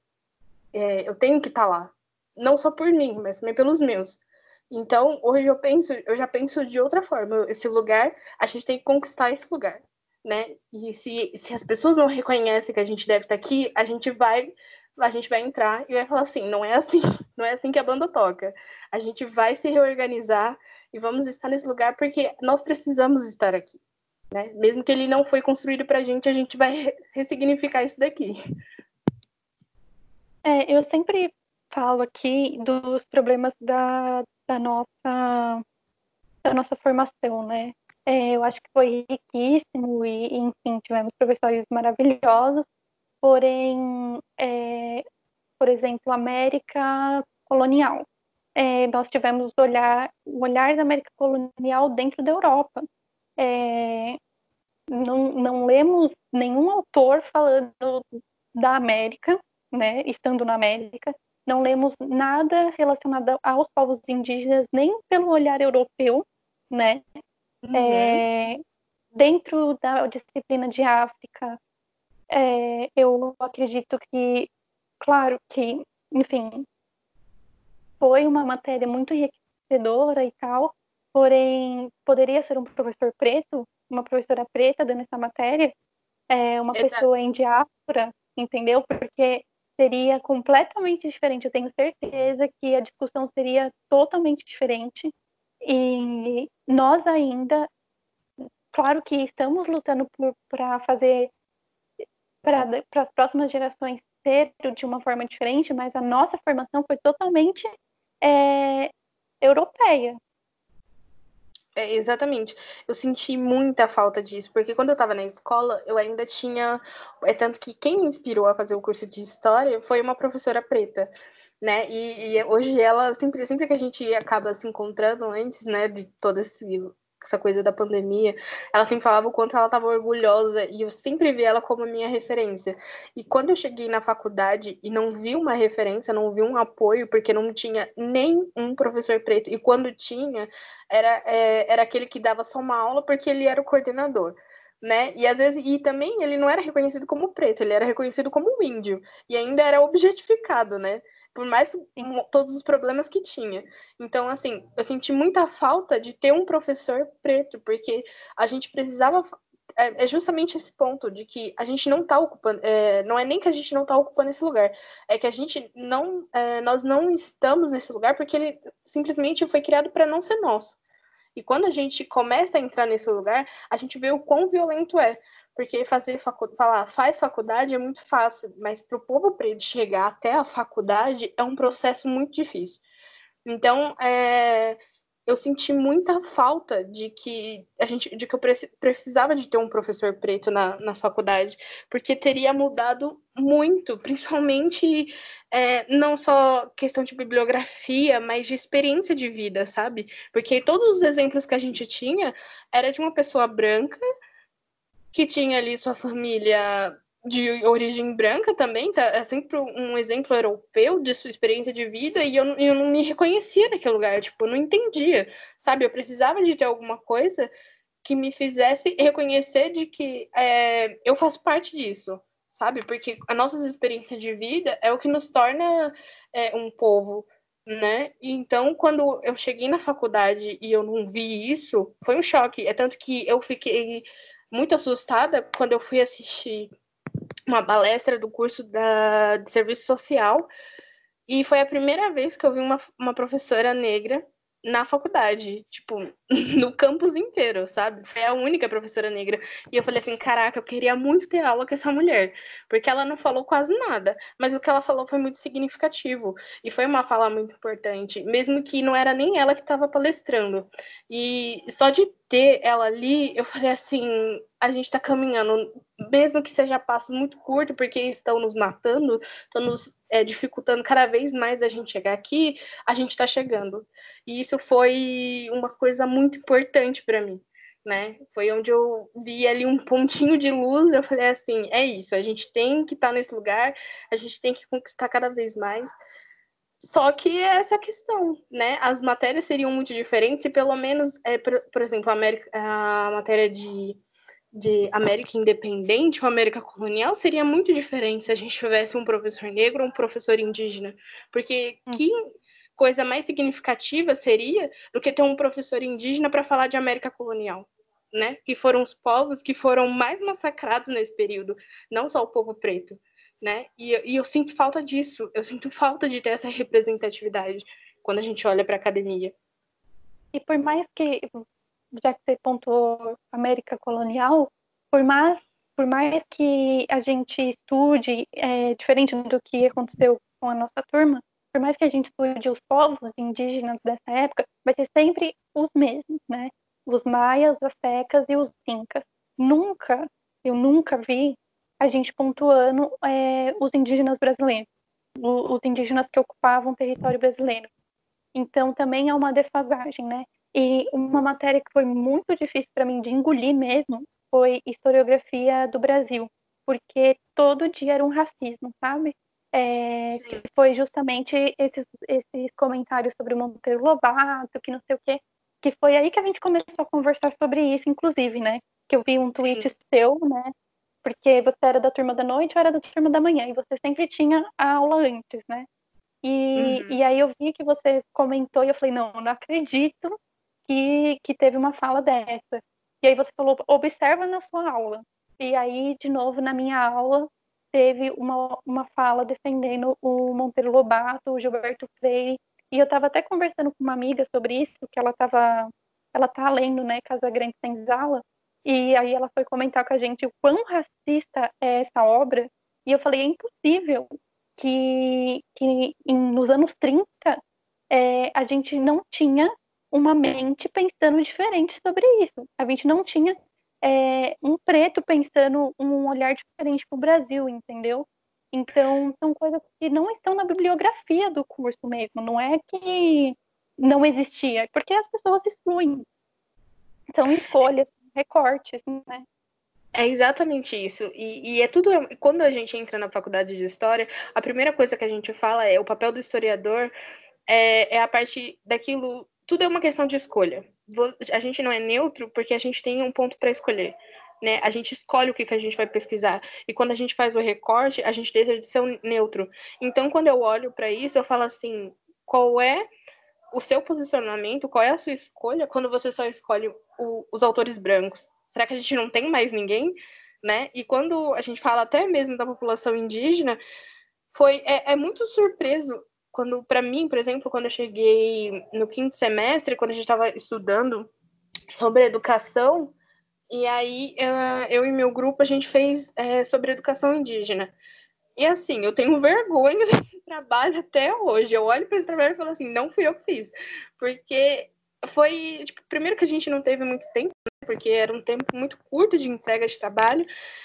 É, eu tenho que estar lá, não só por mim, mas também pelos meus. Então, hoje eu penso, eu já penso de outra forma. Esse lugar, a gente tem que conquistar esse lugar, né? E se, se as pessoas não reconhecem que a gente deve estar aqui, a gente vai, a gente vai entrar e vai falar assim, não é assim, não é assim que a banda toca. A gente vai se reorganizar e vamos estar nesse lugar porque nós precisamos estar aqui, né? Mesmo que ele não foi construído pra gente, a gente vai ressignificar isso daqui. É, eu sempre falo aqui dos problemas da, da nossa da nossa formação, né? É, eu acho que foi riquíssimo e, enfim, tivemos professores maravilhosos, porém, é, por exemplo, América colonial. É, nós tivemos olhar, o olhar da América colonial dentro da Europa. É, não, não lemos nenhum autor falando da América, né, estando na América. Não lemos nada relacionado aos povos indígenas, nem pelo olhar europeu, né? Uhum. É, dentro da disciplina de África, é, eu acredito que, claro que, enfim, foi uma matéria muito enriquecedora e tal, porém, poderia ser um professor preto, uma professora preta dando essa matéria, é, uma Exato. pessoa em diáspora, entendeu? Porque seria completamente diferente. Eu tenho certeza que a discussão seria totalmente diferente. E nós ainda, claro que estamos lutando para fazer, para as próximas gerações ser de uma forma diferente, mas a nossa formação foi totalmente é, europeia. É, exatamente. Eu senti muita falta disso, porque quando eu estava na escola, eu ainda tinha. É tanto que quem me inspirou a fazer o curso de história foi uma professora preta, né? E, e hoje ela, sempre, sempre que a gente acaba se encontrando antes, né, de toda esse, essa coisa da pandemia, ela sempre falava o quanto ela estava orgulhosa, e eu sempre vi ela como a minha referência. E quando eu cheguei na faculdade e não vi uma referência, não vi um apoio, porque não tinha nem um professor preto, e quando tinha, era, é, era aquele que dava só uma aula porque ele era o coordenador. Né? E às vezes, e também ele não era reconhecido como preto, ele era reconhecido como índio, e ainda era objetificado, né? Por mais Sim. todos os problemas que tinha. Então, assim, eu senti muita falta de ter um professor preto, porque a gente precisava. É justamente esse ponto de que a gente não está ocupando, é, não é nem que a gente não está ocupando esse lugar, é que a gente não, é, nós não estamos nesse lugar porque ele simplesmente foi criado para não ser nosso. E quando a gente começa a entrar nesse lugar, a gente vê o quão violento é. Porque fazer facu... falar faz faculdade é muito fácil, mas para o povo preto chegar até a faculdade é um processo muito difícil. Então, é, eu senti muita falta de que a gente, de que eu precisava de ter um professor preto na, na faculdade, porque teria mudado muito, principalmente é, não só questão de bibliografia, mas de experiência de vida, sabe? Porque todos os exemplos que a gente tinha era de uma pessoa branca que tinha ali sua família de origem branca também, tá? É sempre um exemplo europeu de sua experiência de vida, e eu, eu não me reconhecia naquele lugar, tipo, eu não entendia, sabe? Eu precisava de ter alguma coisa que me fizesse reconhecer de que é, eu faço parte disso, sabe? Porque as nossas experiências de vida é o que nos torna é, um povo, né? E então, quando eu cheguei na faculdade e eu não vi isso, foi um choque. É tanto que eu fiquei muito assustada quando eu fui assistir uma palestra do curso da, de serviço social, e foi a primeira vez que eu vi uma, uma professora negra na faculdade, tipo, no campus inteiro, sabe? Foi a única professora negra. E eu falei assim, caraca, eu queria muito ter aula com essa mulher, porque ela não falou quase nada, mas o que ela falou foi muito significativo, e foi uma fala muito importante, mesmo que não era nem ela que estava palestrando. E só de ter ela ali, eu falei assim, a gente está caminhando, mesmo que seja passo muito curto, porque estão nos matando, estão nos é, dificultando cada vez mais a gente chegar aqui, a gente está chegando. E isso foi uma coisa muito importante para mim, né? Foi onde eu vi ali um pontinho de luz, eu falei assim, é isso, a gente tem que estar tá nesse lugar, a gente tem que conquistar cada vez mais. Só que é essa questão, né? As matérias seriam muito diferentes se pelo menos, é, por, por exemplo, a, América, a matéria de de América Independente ou América Colonial seria muito diferente se a gente tivesse um professor negro ou um professor indígena, porque que coisa mais significativa seria do que ter um professor indígena para falar de América Colonial, né? Que foram os povos que foram mais massacrados nesse período, não só o povo preto, né? E, e eu sinto falta disso, eu sinto falta de ter essa representatividade quando a gente olha para a academia. E por mais que, já que você pontuou América colonial, por mais, por mais que a gente estude, é, diferente do que aconteceu com a nossa turma, por mais que a gente estude os povos indígenas dessa época, vai ser sempre os mesmos, né? Os maias, os astecas e os incas. Nunca, eu nunca vi a gente pontuando é, os indígenas brasileiros, os indígenas que ocupavam o território brasileiro. Então, também é uma defasagem, né? E uma matéria que foi muito difícil para mim de engolir mesmo foi historiografia do Brasil, porque todo dia era um racismo, sabe? É, que foi justamente esses, esses comentários sobre o Monteiro Lobato, que não sei o quê, que foi aí que a gente começou a conversar sobre isso, inclusive, né? Que eu vi um tweet Sim. seu, né? Porque você era da turma da noite ou era da turma da manhã, e você sempre tinha a aula antes, né? E, Uhum. e aí eu vi que você comentou e eu falei, não, não acredito que, que teve uma fala dessa. E aí você falou, observa na sua aula. E aí, de novo, na minha aula, teve uma, uma fala defendendo o Monteiro Lobato, o Gilberto Freire. E eu estava até conversando com uma amiga sobre isso, que ela estava ela tá lendo, né, Casa Grande Senzala, e aí ela foi comentar com a gente o quão racista é essa obra. E eu falei, é impossível que, que em, nos anos trinta é, a gente não tinha uma mente pensando diferente sobre isso. A gente não tinha é, um preto pensando um olhar diferente para o Brasil, entendeu? Então, são coisas que não estão na bibliografia do curso mesmo. Não é que não existia, porque as pessoas excluem. São escolhas, recortes, né? É exatamente isso. E, e é tudo. Quando a gente entra na faculdade de história, a primeira coisa que a gente fala é o papel do historiador é, é a parte daquilo. Tudo é uma questão de escolha. A gente não é neutro porque a gente tem um ponto para escolher. Né? A gente escolhe o que, que a gente vai pesquisar. E quando a gente faz o recorte, a gente deixa de ser um neutro. Então, quando eu olho para isso, eu falo assim: qual é o seu posicionamento, qual é a sua escolha quando você só escolhe o, os autores brancos? Será que a gente não tem mais ninguém? Né? E quando a gente fala até mesmo da população indígena, foi é, é muito surpreso quando, para mim, por exemplo, quando eu cheguei no quinto semestre, quando a gente estava estudando sobre educação, e aí eu e meu grupo a gente fez é, sobre educação indígena. E assim, eu tenho vergonha desse trabalho até hoje. Eu olho para esse trabalho e falo assim, não fui eu que fiz. Porque foi, tipo, primeiro que a gente não teve muito tempo, né? Porque era um tempo muito curto de entrega de trabalho.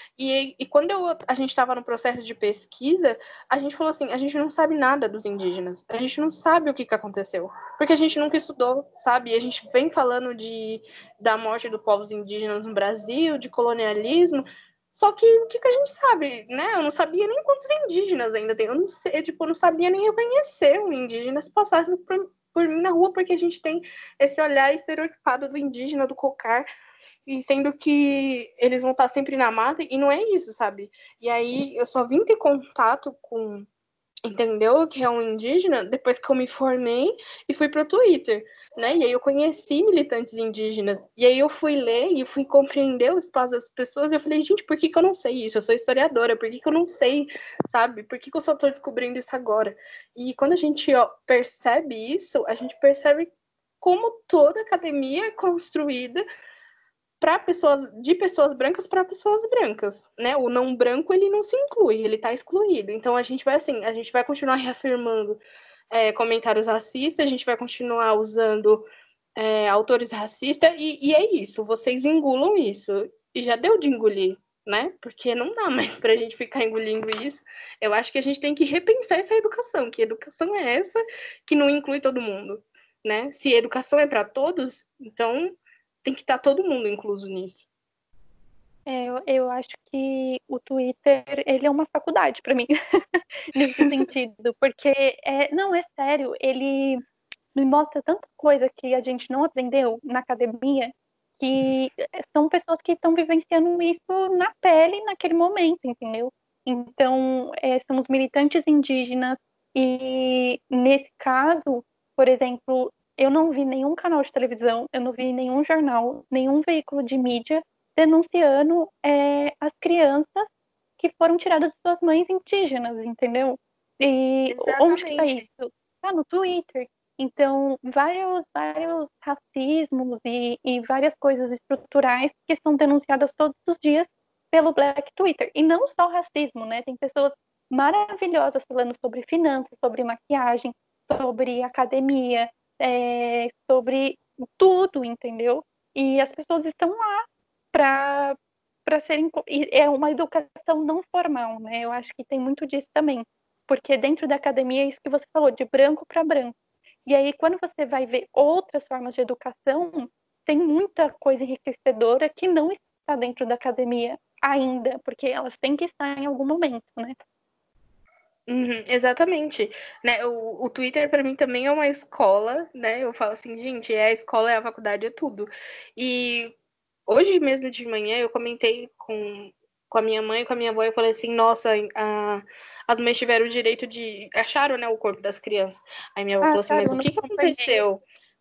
E, e quando eu, a gente estava no processo de pesquisa, a gente falou assim, a gente não sabe nada dos indígenas. A gente não sabe o que, que aconteceu. Porque a gente nunca estudou, sabe? E a gente vem falando de, da morte dos povos indígenas no Brasil, de colonialismo, só que o que, que a gente sabe, né? Eu não sabia nem quantos indígenas ainda tem. Eu não sei, tipo, eu não sabia nem reconhecer um indígena se passasse por, por mim na rua, porque a gente tem esse olhar estereotipado do indígena, do cocar, e sendo que eles vão estar sempre na mata, e não é isso, sabe? E aí eu só vim ter contato com entendeu o que é um indígena depois que eu me formei e fui para o Twitter, né? E aí eu conheci militantes indígenas. E aí eu fui ler e fui compreender o espaço das pessoas. E eu falei, gente, por que, que eu não sei isso? Eu sou historiadora, por que, que eu não sei, sabe? Por que, que eu só estou descobrindo isso agora? E quando a gente ó, percebe isso, a gente percebe como toda academia é construída para pessoas de pessoas brancas para pessoas brancas, né? O não branco ele não se inclui, ele está excluído. Então a gente vai assim, a gente vai continuar reafirmando é, comentários racistas, a gente vai continuar usando é, autores racistas e, e é isso. Vocês engulam isso e já deu de engolir, né? Porque não dá mais para a gente ficar engolindo isso. Eu acho que a gente tem que repensar essa educação. Que educação é essa que não inclui todo mundo, né? Se educação é para todos, então tem que estar todo mundo incluso nisso. É, eu, eu acho que o Twitter, ele é uma faculdade para mim, nesse sentido, porque, é, não, é sério, ele me mostra tanta coisa que a gente não aprendeu na academia, que são pessoas que estão vivenciando isso na pele naquele momento, entendeu? Então, é, são os militantes indígenas, e nesse caso, por exemplo, eu não vi nenhum canal de televisão, eu não vi nenhum jornal, nenhum veículo de mídia denunciando é, as crianças que foram tiradas de suas mães indígenas, entendeu? E onde que tá Exatamente. isso? Tá no Twitter. Então, vários, vários racismos e, e várias coisas estruturais que são denunciadas todos os dias pelo Black Twitter. E não só racismo, né? Tem pessoas maravilhosas falando sobre finanças, sobre maquiagem, sobre academia, é, sobre tudo, entendeu? E as pessoas estão lá para para serem é uma educação não formal, né? Eu acho que tem muito disso também, porque dentro da academia é isso que você falou, de branco para branco. E aí quando você vai ver outras formas de educação, tem muita coisa enriquecedora que não estar dentro da academia ainda, porque elas têm que estar em algum momento, né? Uhum, exatamente, né? O, o Twitter para mim também é uma escola, né? Eu falo assim, gente, é a escola, é a faculdade, é tudo. E hoje mesmo de manhã eu comentei com, com a minha mãe e com a minha avó, eu falei assim, nossa, a, as mães tiveram o direito de... acharam, né, o corpo das crianças. Aí minha avó Ah, falou assim, mas acharam, o eu não que que acompanhei. aconteceu?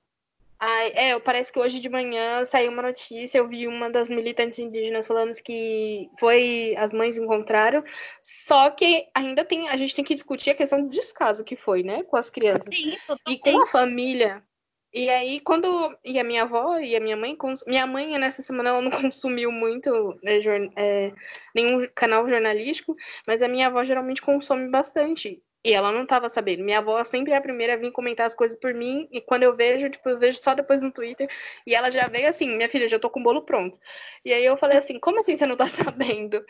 Ai, é, parece que hoje de manhã saiu uma notícia, eu vi uma das militantes indígenas falando que foi, as mães encontraram, só que ainda tem, a gente tem que discutir a questão do descaso que foi, né, com as crianças. Sim, E com a totalmente. família. E aí, quando. E a minha avó e a minha mãe. Cons... Minha mãe, nessa semana, ela não consumiu muito né, jor... é, nenhum canal jornalístico, mas a minha avó geralmente consome bastante. E ela não tava sabendo. Minha avó sempre é a primeira a vir comentar as coisas por mim, e quando eu vejo, tipo, eu vejo só depois no Twitter, e ela já veio assim, minha filha, já tô com o bolo pronto. E aí eu falei assim, como assim você não tá sabendo?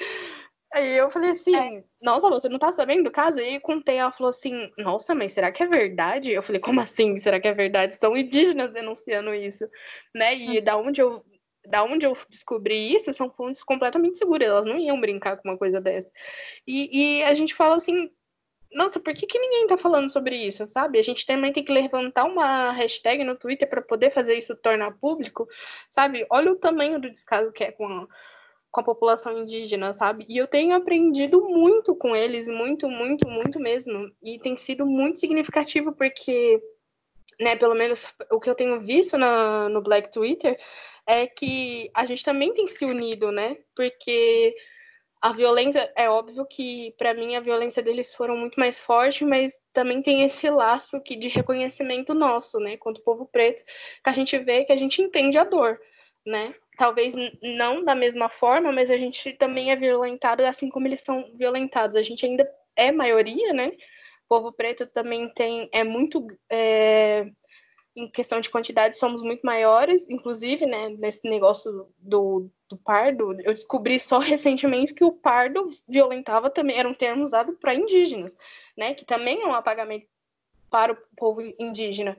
Aí eu falei É, assim, nossa, você não tá sabendo do caso? E aí eu contei, ela falou assim, nossa, mas será que é verdade? Eu falei, como assim, será que é verdade? São indígenas denunciando isso, né? E da onde eu, da onde eu descobri isso, são fontes completamente seguras, elas não iam brincar com uma coisa dessa. E, e a gente fala assim, nossa, por que, que ninguém tá falando sobre isso, sabe? A gente também tem que levantar uma hashtag no Twitter para poder fazer isso tornar público, sabe? Olha o tamanho do descaso que é com a, com a população indígena, sabe? E eu tenho aprendido muito com eles, muito, muito, muito mesmo. E tem sido muito significativo porque, né, pelo menos o que eu tenho visto na, no Black Twitter é que a gente também tem se unido, né? Porque a violência, é óbvio que para mim a violência deles foram muito mais forte, mas também tem esse laço que, de reconhecimento nosso, né, quanto povo preto, que a gente vê que a gente entende a dor, né? Talvez não da mesma forma, mas a gente também é violentado assim como eles são violentados. A gente ainda é maioria, né? O povo preto também tem é muito é, em questão de quantidade, somos muito maiores, inclusive, né, nesse negócio do, do pardo, eu descobri só recentemente que o pardo violentava também, era um termo usado para indígenas, né, que também é um apagamento para o povo indígena.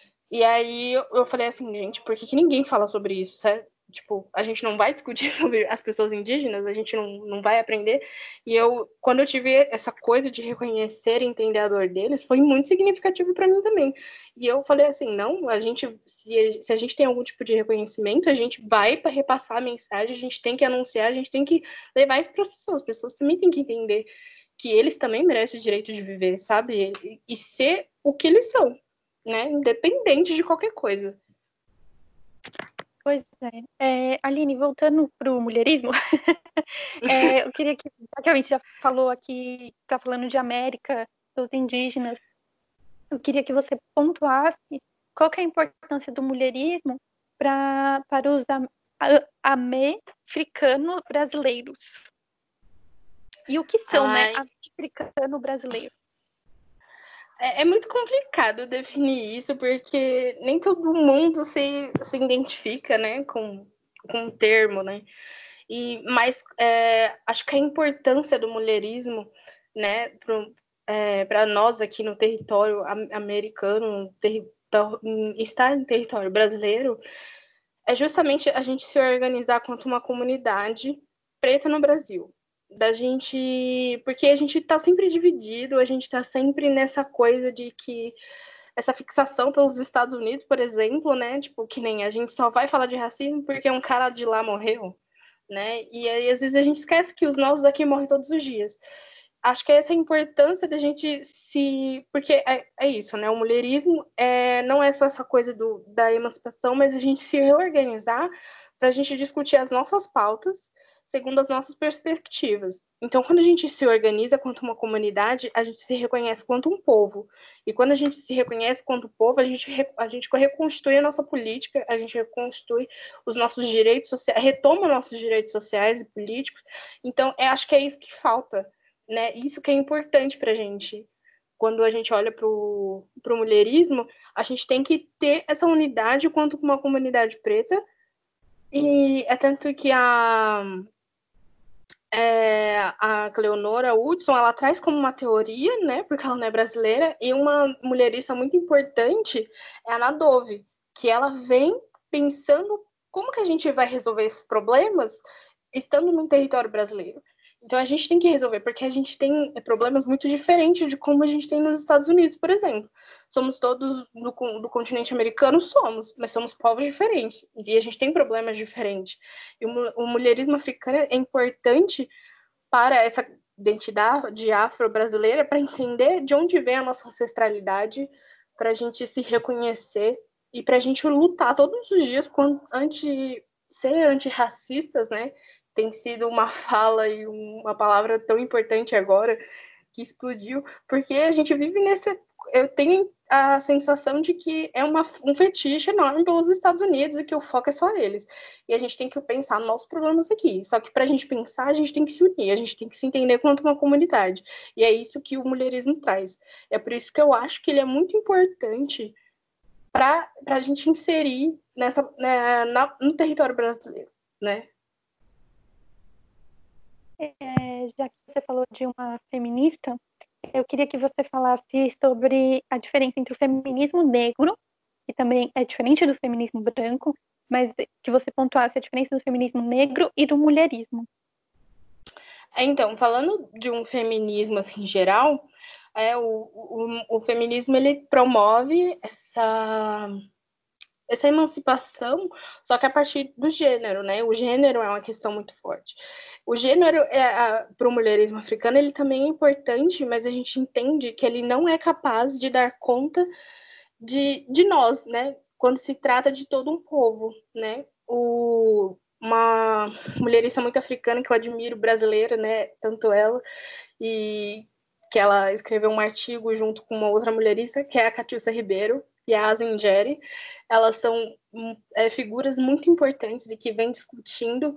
E aí eu falei assim, gente, por que, que ninguém fala sobre isso, certo? Tipo, a gente não vai discutir sobre as pessoas indígenas, a gente não, não vai aprender. E eu, quando eu tive essa coisa de reconhecer e entender a dor deles, foi muito significativo para mim também. E eu falei assim, não, a gente, se, se a gente tem algum tipo de reconhecimento, a gente vai para repassar a mensagem, a gente tem que anunciar, a gente tem que levar isso para as pessoas. As pessoas também têm que entender que eles também merecem o direito de viver, sabe? E, e ser o que eles são, né? Independente de qualquer coisa. Pois é. É, Aline, voltando para o mulherismo, é, eu queria que, já que a gente já falou aqui, está falando de América, dos indígenas, eu queria que você pontuasse qual que é a importância do mulherismo pra, para os am, americanos brasileiros. E o que são, né, Ai, americano brasileiro? é, é muito complicado definir isso, porque nem todo mundo se, se identifica, né, com, com o termo, né? E, mas é, acho que a importância do mulherismo, né, para é, nós aqui no território americano, terri estar em território brasileiro, é justamente a gente se organizar quanto uma comunidade preta no Brasil. Da gente. Porque a gente está sempre dividido, a gente está sempre nessa coisa de que. Essa fixação pelos Estados Unidos, por exemplo, né? Tipo, que nem a gente só vai falar de racismo porque um cara de lá morreu, né? E aí, às vezes, a gente esquece que os nossos aqui morrem todos os dias. Acho que essa é a importância da gente se. Porque é, é isso, né? O mulherismo é, não é só essa coisa do, da emancipação, mas a gente se reorganizar para a gente discutir as nossas pautas segundo as nossas perspectivas. Então, quando a gente se organiza quanto uma comunidade, a gente se reconhece quanto um povo. E quando a gente se reconhece quanto povo, a gente, a gente reconstrui a nossa política, a gente reconstrui os nossos direitos sociais, retoma nossos direitos sociais e políticos. Então, é, acho que é isso que falta, né? Isso que é importante para a gente. Quando a gente olha para o mulherismo, a gente tem que ter essa unidade quanto uma comunidade preta. E é tanto que a, é, a Cleonora Hudson, ela traz como uma teoria, né, porque ela não é brasileira, e uma mulherista muito importante é a Ana Dove, que ela vem pensando como que a gente vai resolver esses problemas estando num território brasileiro? Então a gente tem que resolver, porque a gente tem problemas muito diferentes de como a gente tem nos Estados Unidos, por exemplo. Somos todos do, do continente americano, somos, mas somos povos diferentes, e a gente tem problemas diferentes. E o, o mulherismo africano é importante para essa identidade afro-brasileira, para entender de onde vem a nossa ancestralidade, para a gente se reconhecer e para a gente lutar todos os dias com anti, ser antirracistas, né? Tem sido uma fala e uma palavra tão importante agora que explodiu, porque a gente vive nesse... Eu tenho a sensação de que é uma, um fetiche enorme pelos Estados Unidos e que o foco é só eles. E a gente tem que pensar nos nossos problemas aqui. Só que para a gente pensar, a gente tem que se unir, a gente tem que se entender quanto uma comunidade. E é isso que o mulherismo traz. É por isso que eu acho que ele é muito importante para a gente inserir nessa, né, na, no território brasileiro, né? É, já que você falou de uma feminista, eu queria que você falasse sobre a diferença entre o feminismo negro, que também é diferente do feminismo branco, mas que você pontuasse a diferença do feminismo negro e do mulherismo. Então, falando de um feminismo assim geral, é, o, o, o feminismo ele promove essa essa emancipação, só que a partir do gênero, né? O gênero é uma questão muito forte. O gênero, é, para o mulherismo africano, ele também é importante, mas a gente entende que ele não é capaz de dar conta de, de nós, né? Quando se trata de todo um povo, né? O, uma mulherista muito africana que eu admiro, brasileira, né? Tanto ela, e que ela escreveu um artigo junto com uma outra mulherista, que é a Catiúcia Ribeiro, e a Azengeri, elas são é, figuras muito importantes e que vêm discutindo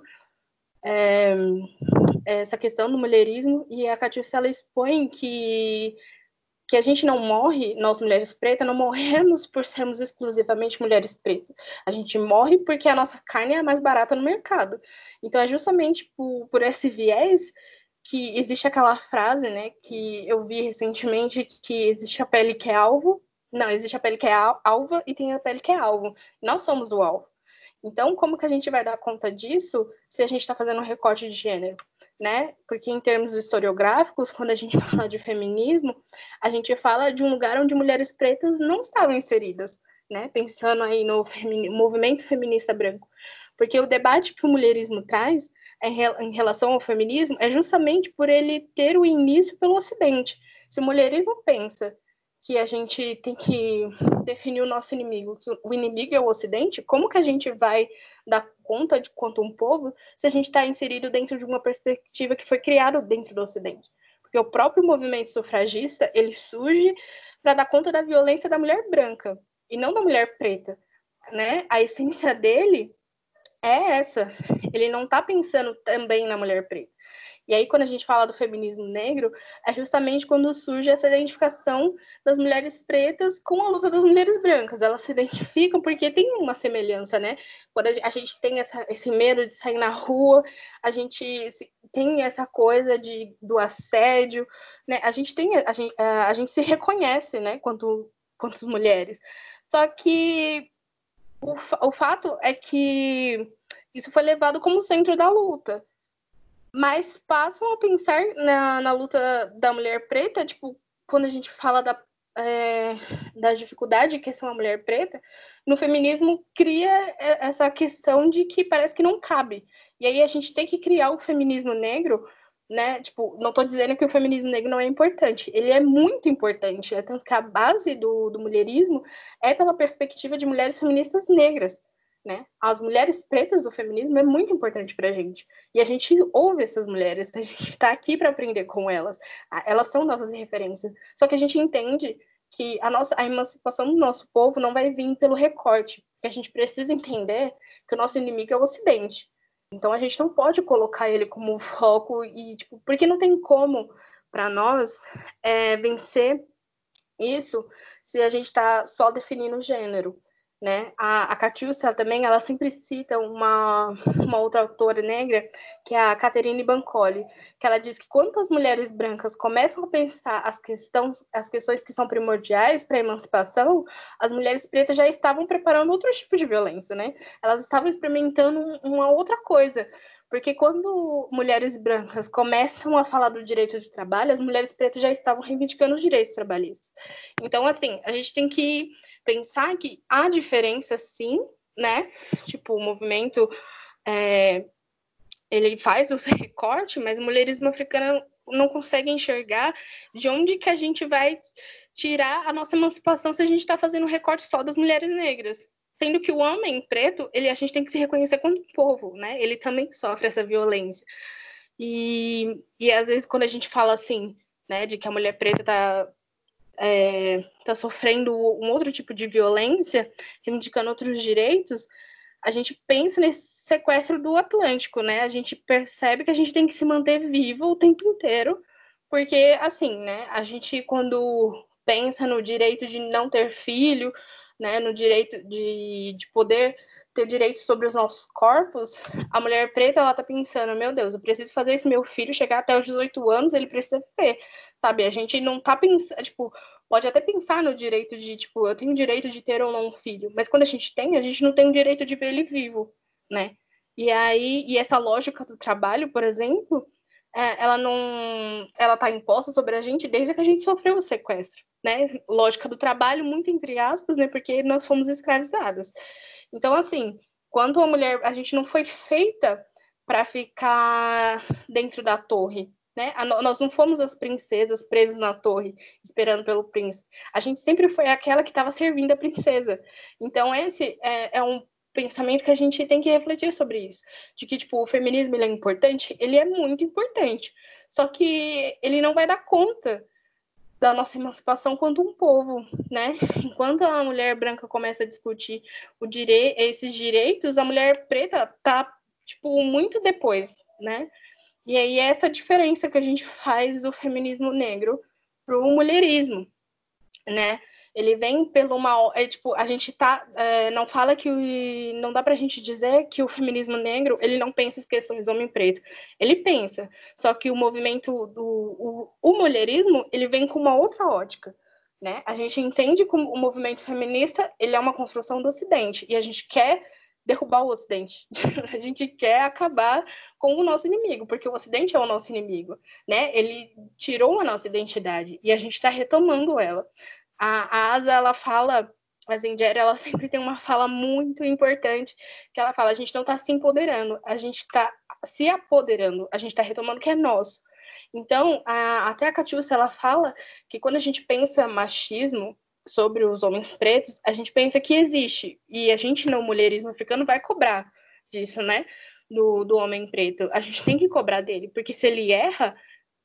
é, essa questão do mulherismo, e a Catiúcia, ela expõe que, que a gente não morre, nós mulheres pretas, não morremos por sermos exclusivamente mulheres pretas, a gente morre porque a nossa carne é a mais barata no mercado. Então é justamente por, por esse viés que existe aquela frase, né, que eu vi recentemente, que existe a pele que é alvo, não, existe a pele que é alva e tem a pele que é alvo. Nós somos o alvo. Então, como que a gente vai dar conta disso se a gente está fazendo um recorte de gênero, né? Porque em termos historiográficos, quando a gente fala de feminismo, a gente fala de um lugar onde mulheres pretas não estavam inseridas, né? Pensando aí no femini- movimento feminista branco. Porque o debate que o mulherismo traz em relação ao feminismo é justamente por ele ter o início pelo Ocidente. Se o mulherismo pensa que a gente tem que definir o nosso inimigo, que o inimigo é o Ocidente, como que a gente vai dar conta de quanto um povo se a gente está inserido dentro de uma perspectiva que foi criada dentro do Ocidente? Porque o próprio movimento sufragista, ele surge para dar conta da violência da mulher branca e não da mulher preta, né? A essência dele é essa. Ele não está pensando também na mulher preta. E aí, quando a gente fala do feminismo negro, é justamente quando surge essa identificação das mulheres pretas com a luta das mulheres brancas. Elas se identificam porque tem uma semelhança, né? Quando a gente tem essa, esse medo de sair na rua, a gente tem essa coisa de, do assédio, né? A gente tem, a gente, a gente se reconhece, né? Quanto, quanto mulheres. Só que o, o fato é que isso foi levado como centro da luta. Mas passam a pensar na, na luta da mulher preta, tipo, quando a gente fala da, é, da dificuldade que é ser uma mulher preta, no feminismo cria essa questão de que parece que não cabe. E aí a gente tem que criar o feminismo negro, né? Tipo, não estou dizendo que o feminismo negro não é importante, ele é muito importante, é tanto que a base do, do mulherismo é pela perspectiva de mulheres feministas negras. Né? As mulheres pretas do feminismo é muito importante para a gente. E a gente ouve essas mulheres, a gente está aqui para aprender com elas. Elas são nossas referências. Só que a gente entende que a, nossa, a emancipação do nosso povo não vai vir pelo recorte. Porque a gente precisa entender que o nosso inimigo é o Ocidente. Então a gente não pode colocar ele como foco, e, tipo, porque não tem como, para nós, é, vencer isso se a gente está só definindo o gênero. né? A, a Catiúcia também, ela sempre cita uma, uma outra autora negra, que é a Catherine Bancoli, que ela diz que quando as mulheres brancas começam a pensar as, questões, as questões que são primordiais para a emancipação, as mulheres pretas já estavam preparando outro tipo de violência, né? Elas estavam experimentando uma outra coisa, porque quando mulheres brancas começam a falar do direito de trabalho, as mulheres pretas já estavam reivindicando os direitos trabalhistas. Então, assim, a gente tem que pensar que há diferença, sim, né? Tipo, o movimento, é, ele faz o recorte, mas o mulherismo africano não consegue enxergar de onde que a gente vai tirar a nossa emancipação se a gente está fazendo um recorte só das mulheres negras. Sendo que o homem preto, ele, a gente tem que se reconhecer como povo, né? Ele também sofre essa violência. E, e às vezes, quando a gente fala assim, né, de que a mulher preta está é, tá sofrendo um outro tipo de violência, reivindicando outros direitos, a gente pensa nesse sequestro do Atlântico, né? A gente percebe que a gente tem que se manter vivo o tempo inteiro, porque, assim, né? A gente, quando pensa no direito de não ter filho, né? No direito de, de poder ter direito sobre os nossos corpos, a mulher preta, ela tá pensando, meu Deus, eu preciso fazer esse meu filho chegar até os dezoito anos, ele precisa viver, sabe? A gente não tá pensando, tipo, pode até pensar no direito de, tipo, eu tenho o direito de ter ou não um filho, mas quando a gente tem, a gente não tem o direito de ver ele vivo, né? E aí, e essa lógica do trabalho, por exemplo, é, ela não, ela tá imposta sobre a gente desde que a gente sofreu o sequestro, né? Lógica do trabalho, muito entre aspas, né? Porque nós fomos escravizadas. Então, assim, quando a mulher, a gente não foi feita para ficar dentro da torre, né? Nós não fomos as princesas presas na torre, esperando pelo príncipe. A gente sempre foi aquela que estava servindo a princesa. Então, esse é, é um pensamento que a gente tem que refletir sobre isso. De que, tipo, o feminismo ele é importante? Ele é muito importante. Só que ele não vai dar conta da nossa emancipação quanto um povo, né? Enquanto a mulher branca começa a discutir o dire... esses direitos, a mulher preta tá, tipo, muito depois, né? E aí essa diferença que a gente faz do feminismo negro pro mulherismo, né? Ele vem pelo mal, é, tipo, a gente tá, é, não fala que o, não dá pra gente dizer que o feminismo negro, ele não pensa as questões do homem preto. Ele pensa, só que o movimento do o, o mulherismo, ele vem com uma outra ótica, né? A gente entende que o movimento feminista, ele é uma construção do Ocidente e a gente quer derrubar o Ocidente. A gente quer acabar com o nosso inimigo, porque o Ocidente é o nosso inimigo, né? Ele tirou a nossa identidade e a gente está retomando ela. A, a Asa, ela fala, a Zendiera, ela sempre tem uma fala muito importante, que ela fala, a gente não está se empoderando, a gente está se apoderando, a gente está retomando o que é nosso. Então, a, até a Catiúcia, ela fala que quando a gente pensa machismo sobre os homens pretos, a gente pensa que existe, e a gente no mulherismo africano vai cobrar disso, né, do, do homem preto. A gente tem que cobrar dele, porque se ele erra,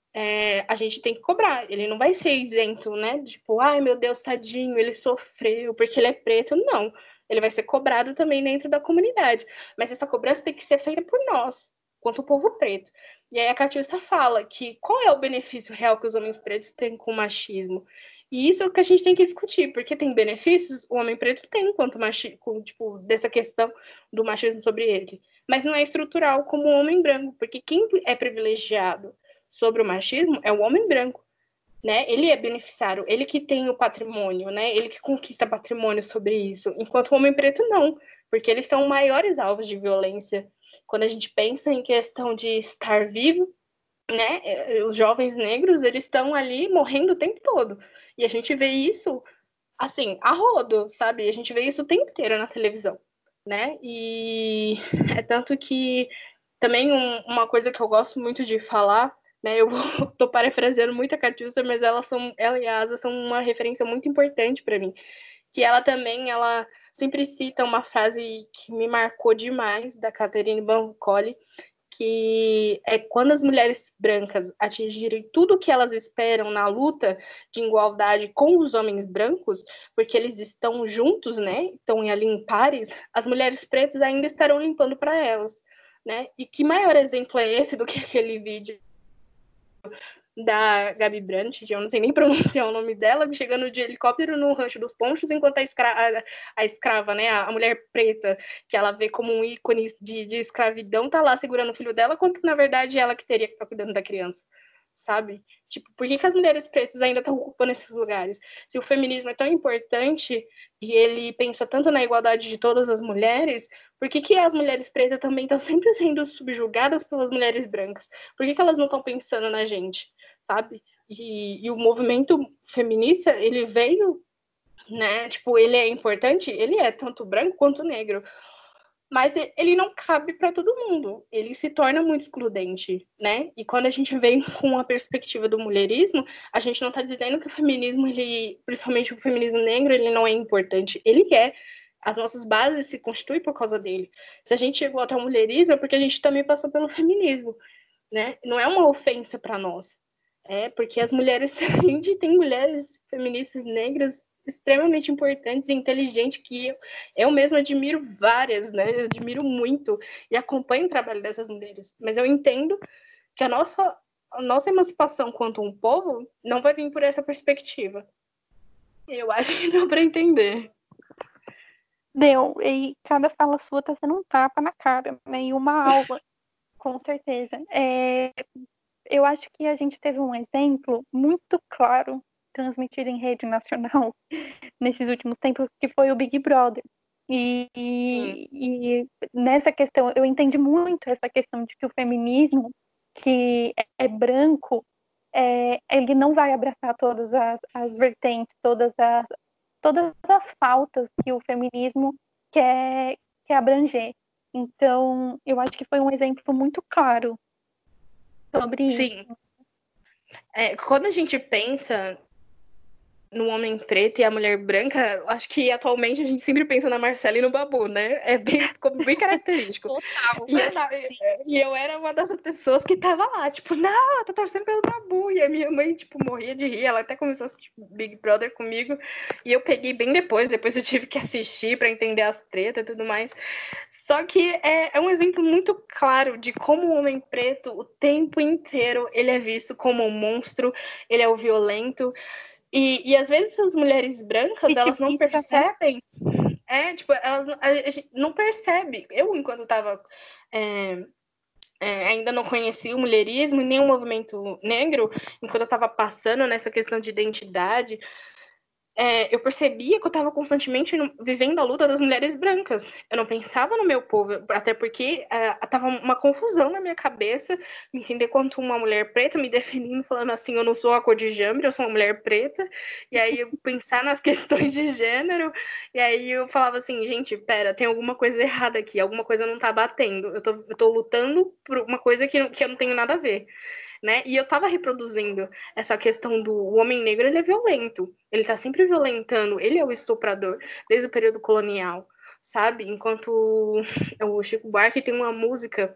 é, a gente tem que cobrar. Ele não vai ser isento, né? Tipo, ai meu Deus, tadinho, ele sofreu porque ele é preto. Não. Ele vai ser cobrado também dentro da comunidade. Mas essa cobrança tem que ser feita por nós, quanto o povo preto. E aí a Catiúcia fala que qual é o benefício real que os homens pretos têm com o machismo? E isso é o que a gente tem que discutir, porque tem benefícios, o homem preto tem quanto machismo, tipo, dessa questão do machismo sobre ele. Mas não é estrutural como o homem branco, porque quem é privilegiado sobre o machismo é o homem branco, né? Ele é beneficiário, ele que tem o patrimônio, né? Ele que conquista patrimônio sobre isso, enquanto o homem preto não, porque eles são maiores alvos de violência. Quando a gente pensa em questão de estar vivo, né? Os jovens negros, eles estão ali morrendo o tempo todo. E a gente vê isso, assim, a rodo, sabe? A gente vê isso o tempo inteiro na televisão, né? E é tanto que também um, uma coisa que eu gosto muito de falar, né? Eu tô parafraseando muito a Catiúcia, mas elas são, ela e a Asa são uma referência muito importante para mim. Que ela também, ela sempre cita uma frase que me marcou demais, da Catherine Bancoli, que é quando as mulheres brancas atingirem tudo o que elas esperam na luta de igualdade com os homens brancos, porque eles estão juntos, né? Estão ali em pares, as mulheres pretas ainda estarão limpando para elas, né? E que maior exemplo é esse do que aquele vídeo da Gabi Brandt, eu não sei nem pronunciar o nome dela, chegando de helicóptero no Rancho dos Ponchos, enquanto a, escra a, a escrava, né, a, a mulher preta, que ela vê como um ícone de, de escravidão, tá lá segurando o filho dela, quando na verdade ela que teria que estar cuidando da criança, sabe? Tipo, por que, que as mulheres pretas ainda estão ocupando esses lugares? Se o feminismo é tão importante e ele pensa tanto na igualdade de todas as mulheres, por que, que as mulheres pretas também estão sempre sendo subjugadas pelas mulheres brancas? Por que, que elas não estão pensando na gente, sabe? E, e o movimento feminista, ele veio, né? Tipo, ele é importante, ele é tanto branco quanto negro. Mas ele não cabe para todo mundo, ele se torna muito excludente, né? E quando a gente vem com a perspectiva do mulherismo, a gente não está dizendo que o feminismo, ele, principalmente o feminismo negro, ele não é importante, ele é. As nossas bases se constituem por causa dele. Se a gente chegou até o mulherismo, é porque a gente também passou pelo feminismo, né? Não é uma ofensa para nós, é porque as mulheres, a gente tem mulheres feministas negras extremamente importantes e inteligentes, que eu, eu mesma admiro várias, né? Eu admiro muito e acompanho o trabalho dessas mulheres. Mas eu entendo que a nossa, a nossa emancipação quanto um povo não vai vir por essa perspectiva. Eu acho que deu para entender. Deu, e cada fala sua tá sendo um tapa na cara, né? E uma aula, com certeza. É, eu acho que a gente teve um exemplo muito claro transmitido em rede nacional nesses últimos tempos, que foi o Big Brother. E, e, e nessa questão, eu entendi muito essa questão de que o feminismo, que é, é branco, é, ele não vai abraçar todas as, as vertentes, todas as, todas as pautas que o feminismo quer, quer abranger. Então, eu acho que foi um exemplo muito claro sobre Sim. isso. É, quando a gente pensa no homem preto e a mulher branca, acho que atualmente a gente sempre pensa na Marcela e no Babu, né? É bem, bem característico. Total. E eu, e eu era uma das pessoas que tava lá, tipo, não, eu tô torcendo pelo Babu. E a minha mãe, tipo, morria de rir. Ela até começou a assistir Big Brother comigo. E eu peguei bem depois, depois eu tive que assistir pra entender as tretas e tudo mais. Só que é, é um exemplo muito claro de como o homem preto, o tempo inteiro, ele é visto como um monstro, ele é o violento. E, e às vezes as mulheres brancas, elas não percebem. Né? É, tipo, elas não, a gente não percebe. Eu, enquanto estava é, é, ainda não conhecia o mulherismo e nem o movimento negro, enquanto eu estava passando nessa questão de identidade, é, eu percebia que eu estava constantemente no, vivendo a luta das mulheres brancas. Eu não pensava no meu povo, até porque estava é, uma confusão na minha cabeça, me entender quanto uma mulher preta, me definindo, falando assim, eu não sou a cor de jambre, eu sou uma mulher preta. E aí eu pensar nas questões de gênero, e aí eu falava assim, gente, pera, tem alguma coisa errada aqui, alguma coisa não tá batendo. Eu tô, eu tô lutando por uma coisa que, que eu não tenho nada a ver. Né? E eu tava reproduzindo essa questão do o homem negro, ele é violento, ele tá sempre violentando, ele é o estuprador desde o período colonial, sabe? Enquanto o Chico Buarque tem uma música,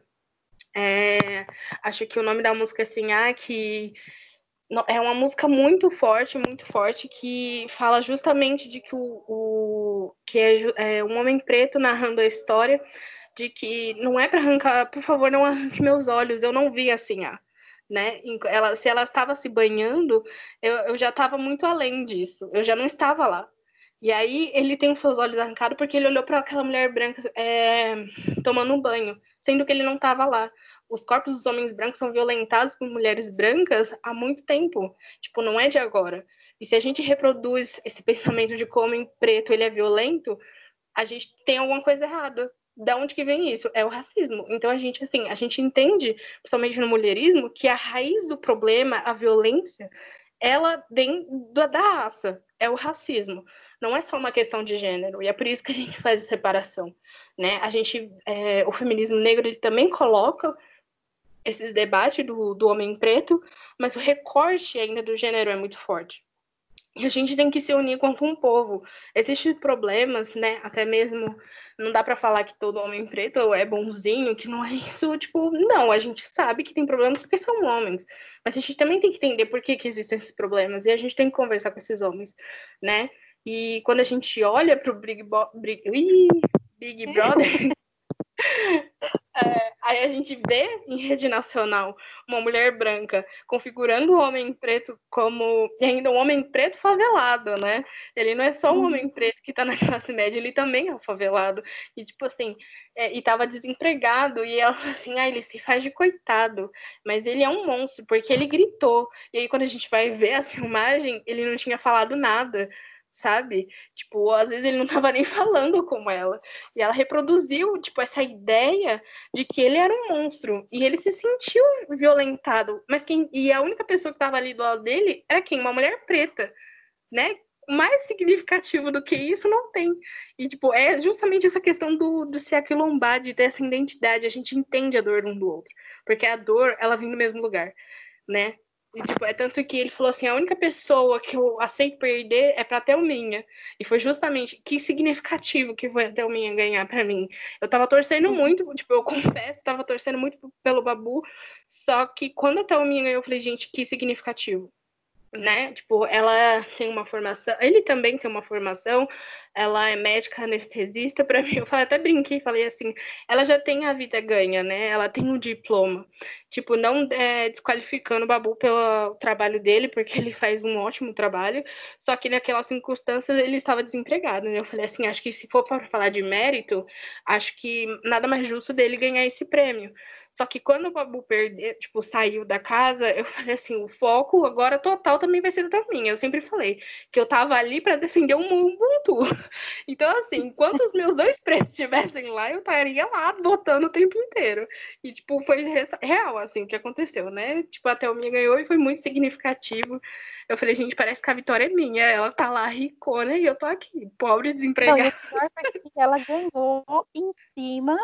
é, acho que o nome da música é assim, ah, que é uma música muito forte, muito forte, que fala justamente de que o, o que é, é um homem preto narrando a história de que não é para arrancar, por favor, não arranque meus olhos, eu não vi assim, ah. Né? Ela, se ela estava se banhando, eu, eu já estava muito além disso, eu já não estava lá. E aí ele tem os seus olhos arrancados porque ele olhou para aquela mulher branca é, tomando um banho, sendo que ele não estava lá. Os corpos dos homens brancos são violentados por mulheres brancas há muito tempo, tipo, não é de agora. E se a gente reproduz esse pensamento de que o homem preto ele é violento, a gente tem alguma coisa errada. Da onde que vem isso? É o racismo. Então a gente assim, a gente entende, principalmente no mulherismo, que a raiz do problema, a violência, ela vem da, da raça, é o racismo. Não é só uma questão de gênero, e é por isso que a gente faz a separação, né? A gente, é, o feminismo negro, ele também coloca esses debates do, do homem preto, mas o recorte ainda do gênero é muito forte. E a gente tem que se unir contra um povo. Existem problemas, né? Até mesmo não dá para falar que todo homem preto é bonzinho, que não é isso, tipo, não, a gente sabe que tem problemas porque são homens. Mas a gente também tem que entender por que, que existem esses problemas e a gente tem que conversar com esses homens, né? E quando a gente olha pro Big, Bo Big, Ih, Big Brother, é, Aí a gente vê em rede nacional uma mulher branca configurando o homem preto como... E ainda um homem preto favelado, né? Ele não é só um Uhum. homem preto que tá na classe média, ele também é um favelado. E, tipo assim, é, e tava desempregado. E ela assim, ah, ele se faz de coitado. Mas ele é um monstro, porque ele gritou. E aí, quando a gente vai ver a filmagem, ele não tinha falado nada, sabe? Tipo, às vezes ele não tava nem falando com ela. E ela reproduziu, tipo, essa ideia de que ele era um monstro. E ele se sentiu violentado. Mas quem... E a única pessoa que tava ali do lado dele era quem? Uma mulher preta, né? Mais significativo do que isso não tem. E, tipo, é justamente essa questão do, do se aquilombar, de ter essa identidade. A gente entende a dor um do outro. Porque a dor, ela vem do mesmo lugar, né? E, tipo, é tanto que ele falou assim, a única pessoa que eu aceito perder é pra Thelminha. E foi justamente, que significativo que foi a Thelminha ganhar pra mim. Eu tava torcendo muito, tipo, eu confesso, tava torcendo muito pelo Babu, só que quando a Thelminha ganhou, eu falei, gente, que significativo. Né? Tipo, ela tem uma formação, ele também tem uma formação, ela é médica anestesista, para mim, eu falei, até brinquei, falei assim, ela já tem a vida ganha, né? Ela tem um diploma. Tipo, não é, desqualificando o Babu pelo trabalho dele, porque ele faz um ótimo trabalho, só que naquelas circunstâncias ele estava desempregado, né? Eu falei assim, acho que se for para falar de mérito, acho que nada mais justo dele ganhar esse prêmio. Só que quando o Babu perdeu, tipo, saiu da casa, eu falei assim, o foco agora total também vai ser da minha. Eu sempre falei que eu tava ali para defender o Ubuntu. Então, assim, enquanto os meus dois pretos estivessem lá, eu estaria lá botando o tempo inteiro. E, tipo, foi real, assim, o que aconteceu, né? Tipo, a Thelminha ganhou e foi muito significativo. Eu falei, gente, parece que a vitória é minha. Ela tá lá ricona e eu tô aqui, pobre, Não, e desempregada. o pior foi que ela ganhou em cima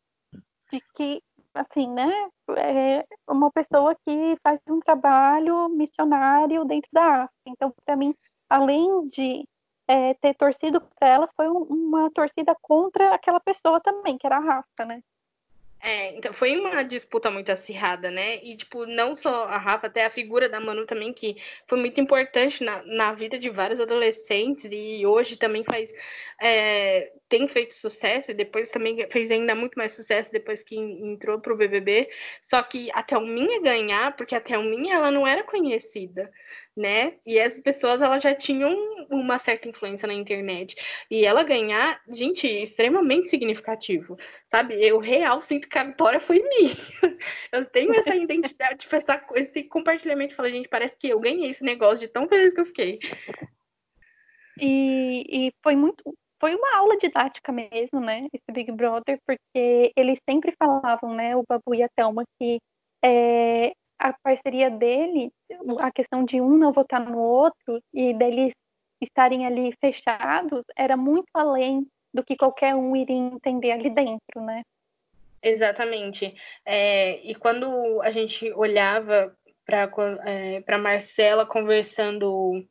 de que, assim, né, é uma pessoa que faz um trabalho missionário dentro da África. Então, para mim, além de é, ter torcido para ela, foi um, uma torcida contra aquela pessoa também, que era a Rafa, né? É, então foi uma disputa muito acirrada, né? E, tipo, não só a Rafa, até a figura da Manu também, que foi muito importante na, na vida de vários adolescentes e hoje também faz. É, tem feito sucesso e depois também fez ainda muito mais sucesso depois que entrou pro B B B. Só que a Thelminha ganhar, porque a Thelminha ela não era conhecida, né? E essas pessoas elas já tinham uma certa influência na internet. E ela ganhar, gente, extremamente significativo, sabe? Eu real sinto que a vitória foi minha. Eu tenho essa identidade, tipo, essa, esse compartilhamento. Falei, gente, parece que eu ganhei esse negócio de tão feliz que eu fiquei. E, e foi muito, foi uma aula didática mesmo, né? Esse Big Brother, porque eles sempre falavam, né? O Babu e a Thelma, que é, a parceria dele, a questão de um não votar no outro e deles estarem ali fechados, era muito além do que qualquer um iria entender ali dentro, né? Exatamente. É, e quando a gente olhava para é, para Marcela conversando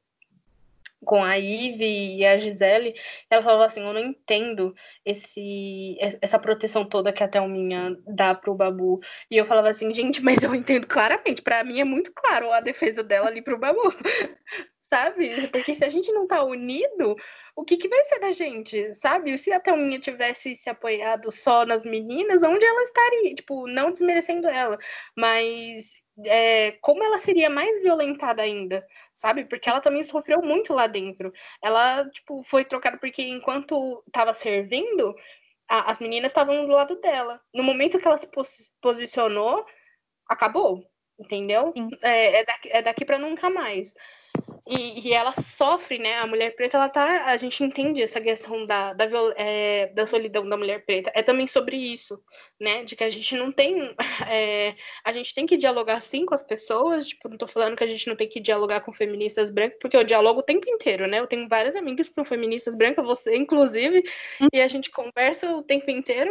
com a Ive e a Gisele, ela falava assim, eu não entendo esse, essa proteção toda que a Thelminha dá pro Babu. E eu falava assim, gente, mas eu entendo claramente, para mim é muito claro a defesa dela ali pro Babu. Sabe? Porque se a gente não tá unido, o que, que vai ser da gente, sabe? Se a Thelminha tivesse se apoiado só nas meninas, onde ela estaria? Tipo, não desmerecendo ela, mas é, como ela seria mais violentada ainda, sabe? Porque ela também sofreu muito lá dentro. Ela, tipo, foi trocada porque enquanto tava servindo, a, as meninas estavam do lado dela. No momento que ela se pos posicionou, acabou, entendeu? É, é daqui, é daqui para nunca mais. E, e ela sofre, né? A mulher preta, ela tá. A gente entende essa questão da, da, é, da solidão da mulher preta. É também sobre isso, né? De que a gente não tem. É, a gente tem que dialogar sim com as pessoas. Tipo, não tô falando que a gente não tem que dialogar com feministas brancas, porque eu dialogo o tempo inteiro, né? Eu tenho várias amigas que são feministas brancas, você, inclusive, e a gente conversa o tempo inteiro.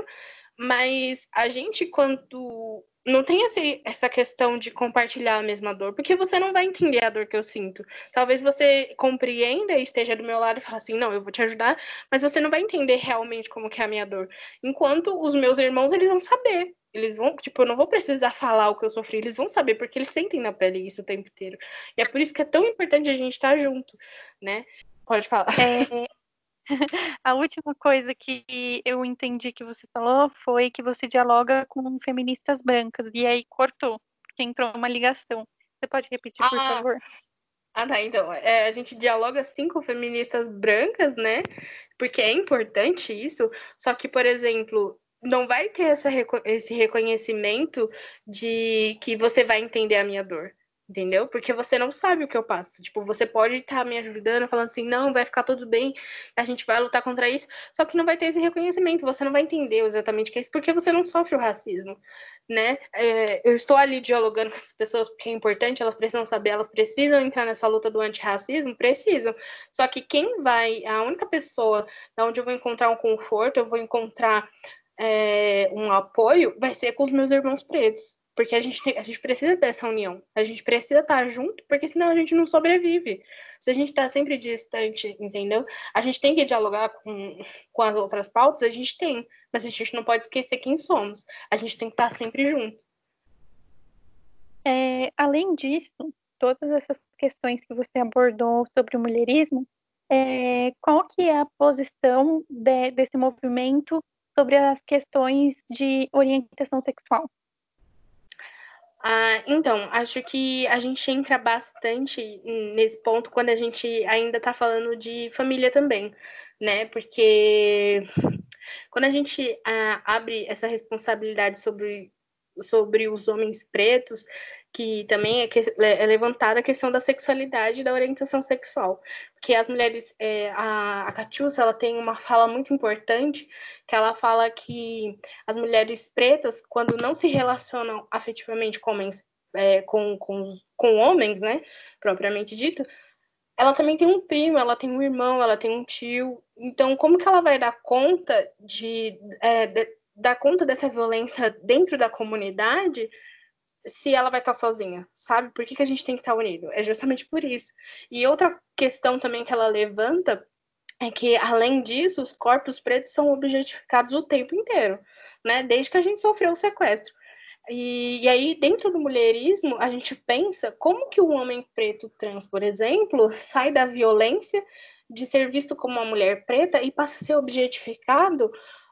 Mas a gente, quando não tem esse, essa questão de compartilhar a mesma dor, porque você não vai entender a dor que eu sinto. Talvez você compreenda e esteja do meu lado e fale assim, não, eu vou te ajudar, mas você não vai entender realmente como que é a minha dor. Enquanto os meus irmãos, eles vão saber. Eles vão, tipo, eu não vou precisar falar o que eu sofri, eles vão saber, porque eles sentem na pele isso o tempo inteiro. E é por isso que é tão importante a gente estar junto, né? Pode falar. É, A última coisa que eu entendi que você falou foi que você dialoga com feministas brancas, e aí cortou, porque entrou uma ligação. Você pode repetir, por Ah, favor? ah tá, então, é, a gente dialoga sim com feministas brancas, né? Porque é importante isso, só que, por exemplo, não vai ter essa, esse reconhecimento de que você vai entender a minha dor. Entendeu? Porque você não sabe o que eu passo. Tipo, você pode estar me ajudando, falando assim, não, vai ficar tudo bem, a gente vai lutar contra isso, só que não vai ter esse reconhecimento, você não vai entender exatamente o que é isso, porque você não sofre o racismo, né? É, eu estou ali dialogando com essas pessoas porque é importante, elas precisam saber, elas precisam entrar nessa luta do antirracismo, precisam. Só que quem vai, a única pessoa onde eu vou encontrar um conforto, eu vou encontrar é, um apoio, vai ser com os meus irmãos pretos. Porque a gente, a gente precisa dessa união. A gente precisa estar junto, porque senão a gente não sobrevive. Se a gente está sempre distante, entendeu? A gente tem que dialogar com, com as outras pautas, a gente tem. Mas a gente não pode esquecer quem somos. A gente tem que estar sempre junto. É, além disso, todas essas questões que você abordou sobre o mulherismo, é, qual que é a posição de, desse movimento sobre as questões de orientação sexual? Ah, então, acho que a gente entra bastante nesse ponto quando a gente ainda está falando de família também, né? Porque quando a gente ah, abre essa responsabilidade sobre, sobre os homens pretos, que também é, que, é levantada a questão da sexualidade e da orientação sexual. Porque as mulheres, é, a, a Catiúcia, ela tem uma fala muito importante, que ela fala que as mulheres pretas, quando não se relacionam afetivamente com homens, é, com, com, com homens, né, propriamente dito, ela também tem um primo, ela tem um irmão, ela tem um tio. Então, como que ela vai dar conta de, é, de dar conta dessa violência dentro da comunidade se ela vai estar sozinha, sabe? Por que, que a gente tem que estar unido? É justamente por isso. E outra questão também que ela levanta é que, além disso, os corpos pretos são objetificados o tempo inteiro, né? Desde que a gente sofreu o sequestro. E, e aí, dentro do mulherismo, a gente pensa como que o homem preto trans, por exemplo, sai da violência de ser visto como uma mulher preta e passa a ser objetificado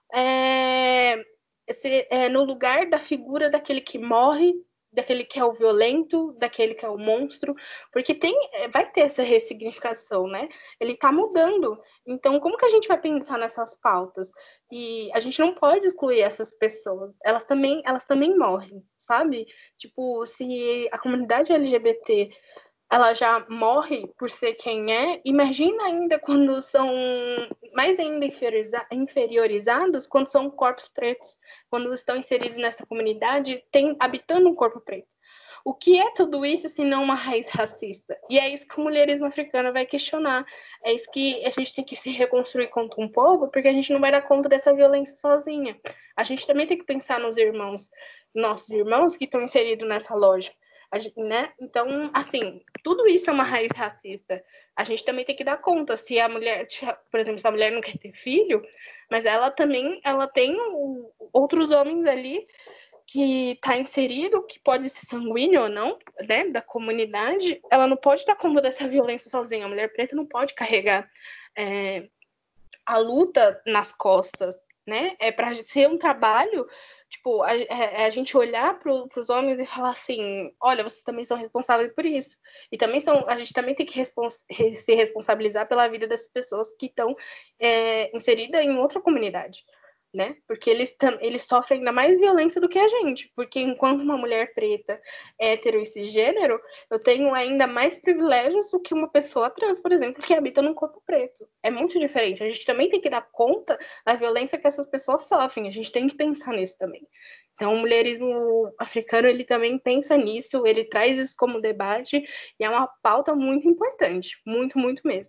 é, esse, é, no lugar da figura daquele que morre, daquele que é o violento, daquele que é o monstro, porque tem, vai ter essa ressignificação, né? Ele está mudando. Então, como que a gente vai pensar nessas pautas? E a gente não pode excluir essas pessoas. Elas também, elas também morrem, sabe? Tipo, se a comunidade L G B T ela já morre por ser quem é, imagina ainda quando são mais ainda inferioriza inferiorizados, quando são corpos pretos, quando estão inseridos nessa comunidade, tem, habitando um corpo preto. O que é tudo isso se não uma raiz racista? E é isso que o mulherismo africano vai questionar. É isso que a gente tem que se reconstruir contra um povo, porque a gente não vai dar conta dessa violência sozinha. A gente também tem que pensar nos irmãos, nossos irmãos que estão inseridos nessa lógica. Gente, né? Então, assim, tudo isso é uma raiz racista. A gente também tem que dar conta. Se a mulher, por exemplo, se a mulher não quer ter filho, mas ela também, ela tem outros homens ali que está inserido, que pode ser sanguíneo ou não, né, da comunidade, ela não pode dar conta dessa violência sozinha. A mulher preta não pode carregar é, a luta nas costas, né? É para ser um trabalho, tipo, a, é, a gente olhar para os homens e falar assim, olha, vocês também são responsáveis por isso. E também são, a gente também tem que respons se responsabilizar pela vida dessas pessoas que estão é, inseridas em outra comunidade. Né? Porque eles, eles sofrem ainda mais violência do que a gente. Porque enquanto uma mulher preta, hétero e cisgênero, eu tenho ainda mais privilégios do que uma pessoa trans, por exemplo, que habita num corpo preto. É muito diferente. A gente também tem que dar conta da violência que essas pessoas sofrem. A gente tem que pensar nisso também. Então, o mulherismo africano, ele também pensa nisso, ele traz isso como debate, e é uma pauta muito importante. Muito, muito mesmo.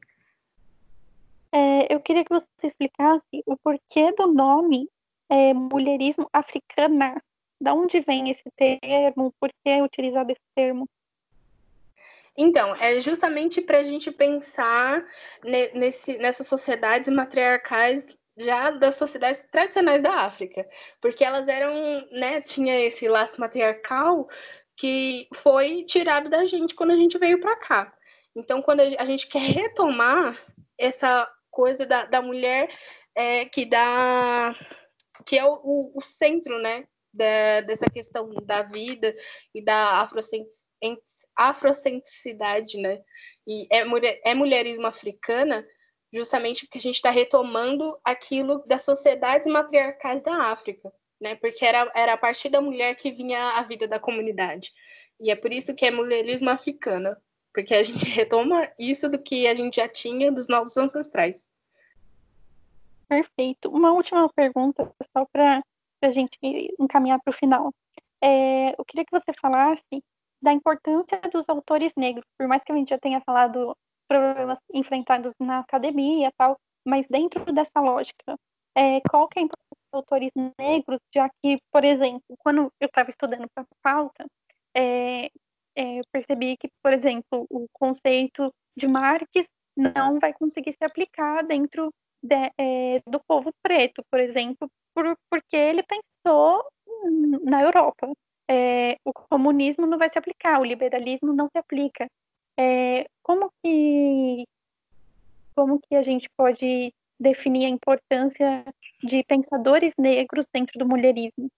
É, eu queria que você explicasse o porquê do nome é, mulherismo africana. Da onde vem esse termo? Por que é utilizado esse termo? Então, é justamente para a gente pensar nesse, nessas sociedades matriarcais já das sociedades tradicionais da África, porque elas eram, né, tinha esse laço matriarcal que foi tirado da gente quando a gente veio para cá. Então, quando a gente quer retomar essa coisa da, da mulher é, que dá que é o, o, o centro, né, da, dessa questão da vida e da afrocentricidade, né, e é, mulher, é mulherismo africana justamente porque a gente está retomando aquilo das sociedades matriarcais da África, né, porque era, era a partir da mulher que vinha a vida da comunidade, e é por isso que é mulherismo africana, porque a gente retoma isso do que a gente já tinha dos nossos ancestrais. Perfeito. Uma última pergunta, só para a gente encaminhar para o final. É, eu queria que você falasse da importância dos autores negros, por mais que a gente já tenha falado problemas enfrentados na academia e tal, mas dentro dessa lógica, é, qual que é a importância dos autores negros, já que, por exemplo, quando eu estava estudando para a pauta, é, é, eu percebi que, por exemplo, o conceito de Marx não vai conseguir se aplicar dentro de, é, do povo preto, por exemplo, por, porque ele pensou na Europa. É, o comunismo não vai se aplicar, o liberalismo não se aplica. É, como que como que a gente pode definir a importância de pensadores negros dentro do mulherismo?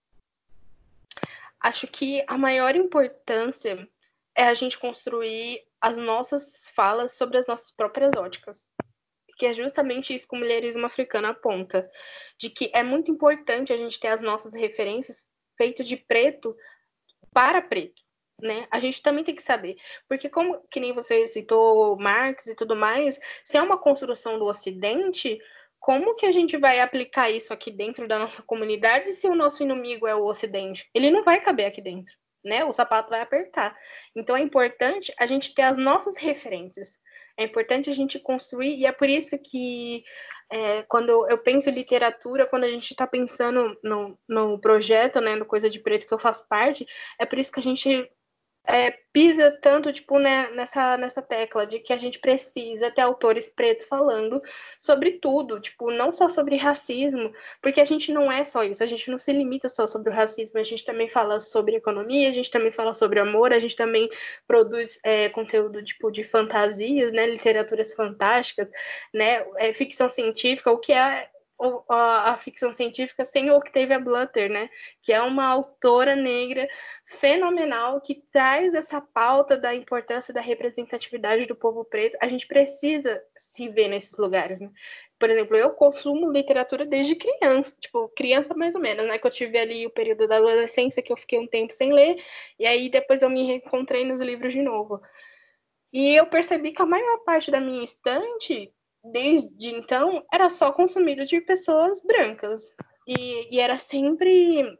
Acho que a maior importância é a gente construir as nossas falas sobre as nossas próprias óticas. Que é justamente isso que o mulherismo africano aponta, de que é muito importante a gente ter as nossas referências feitas de preto para preto, né? A gente também tem que saber, porque como que nem você citou Marx e tudo mais, se é uma construção do Ocidente, como que a gente vai aplicar isso aqui dentro da nossa comunidade se o nosso inimigo é o Ocidente? Ele não vai caber aqui dentro, né? O sapato vai apertar. Então é importante a gente ter as nossas referências. É importante a gente construir, e é por isso que é, quando eu penso em literatura, quando a gente está pensando no, no projeto, né, no Coisa de Preto que eu faço parte, é por isso que a gente é, pisa tanto tipo, né, nessa, nessa tecla de que a gente precisa ter autores pretos falando sobre tudo, tipo, não só sobre racismo, porque a gente não é só isso, a gente não se limita só sobre o racismo, a gente também fala sobre economia, a gente também fala sobre amor, a gente também produz é, conteúdo tipo de fantasias, né, literaturas fantásticas, né, é, ficção científica, o que é a, a ficção científica sem Octavia Butler, né, que é uma autora negra fenomenal que traz essa pauta da importância da representatividade do povo preto. A gente precisa se ver nesses lugares, né? Por exemplo, eu consumo literatura desde criança, tipo, criança mais ou menos, né? Que eu tive ali o período da adolescência que eu fiquei um tempo sem ler, e aí depois eu me reencontrei nos livros de novo. E eu percebi que a maior parte da minha estante, desde então, era só consumida de pessoas brancas. E, e era sempre.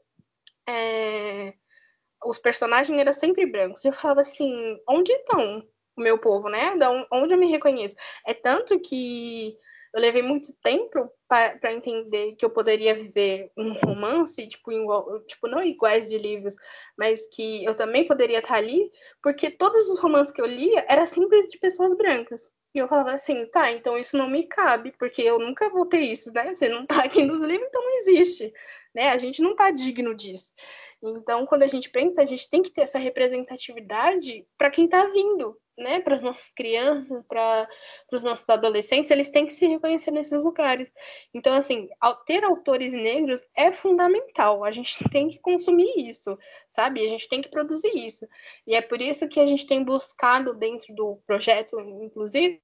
É, os personagens eram sempre brancos. Eu falava assim, onde estão o meu povo, né? Onde eu me reconheço? É tanto que eu levei muito tempo para entender que eu poderia viver um romance, tipo, igual, tipo, não iguais de livros, mas que eu também poderia estar ali, porque todos os romances que eu lia eram sempre de pessoas brancas. E eu falava assim, tá, então isso não me cabe, porque eu nunca vou ter isso, né? Você não tá aqui nos livros, então não existe, né? A gente não tá digno disso. Então, quando a gente pensa, a gente tem que ter essa representatividade para quem está vindo, né? Para as nossas crianças, para os nossos adolescentes, eles têm que se reconhecer nesses lugares. Então, assim, ter autores negros é fundamental. A gente tem que consumir isso, sabe? A gente tem que produzir isso. E é por isso que a gente tem buscado dentro do projeto, inclusive,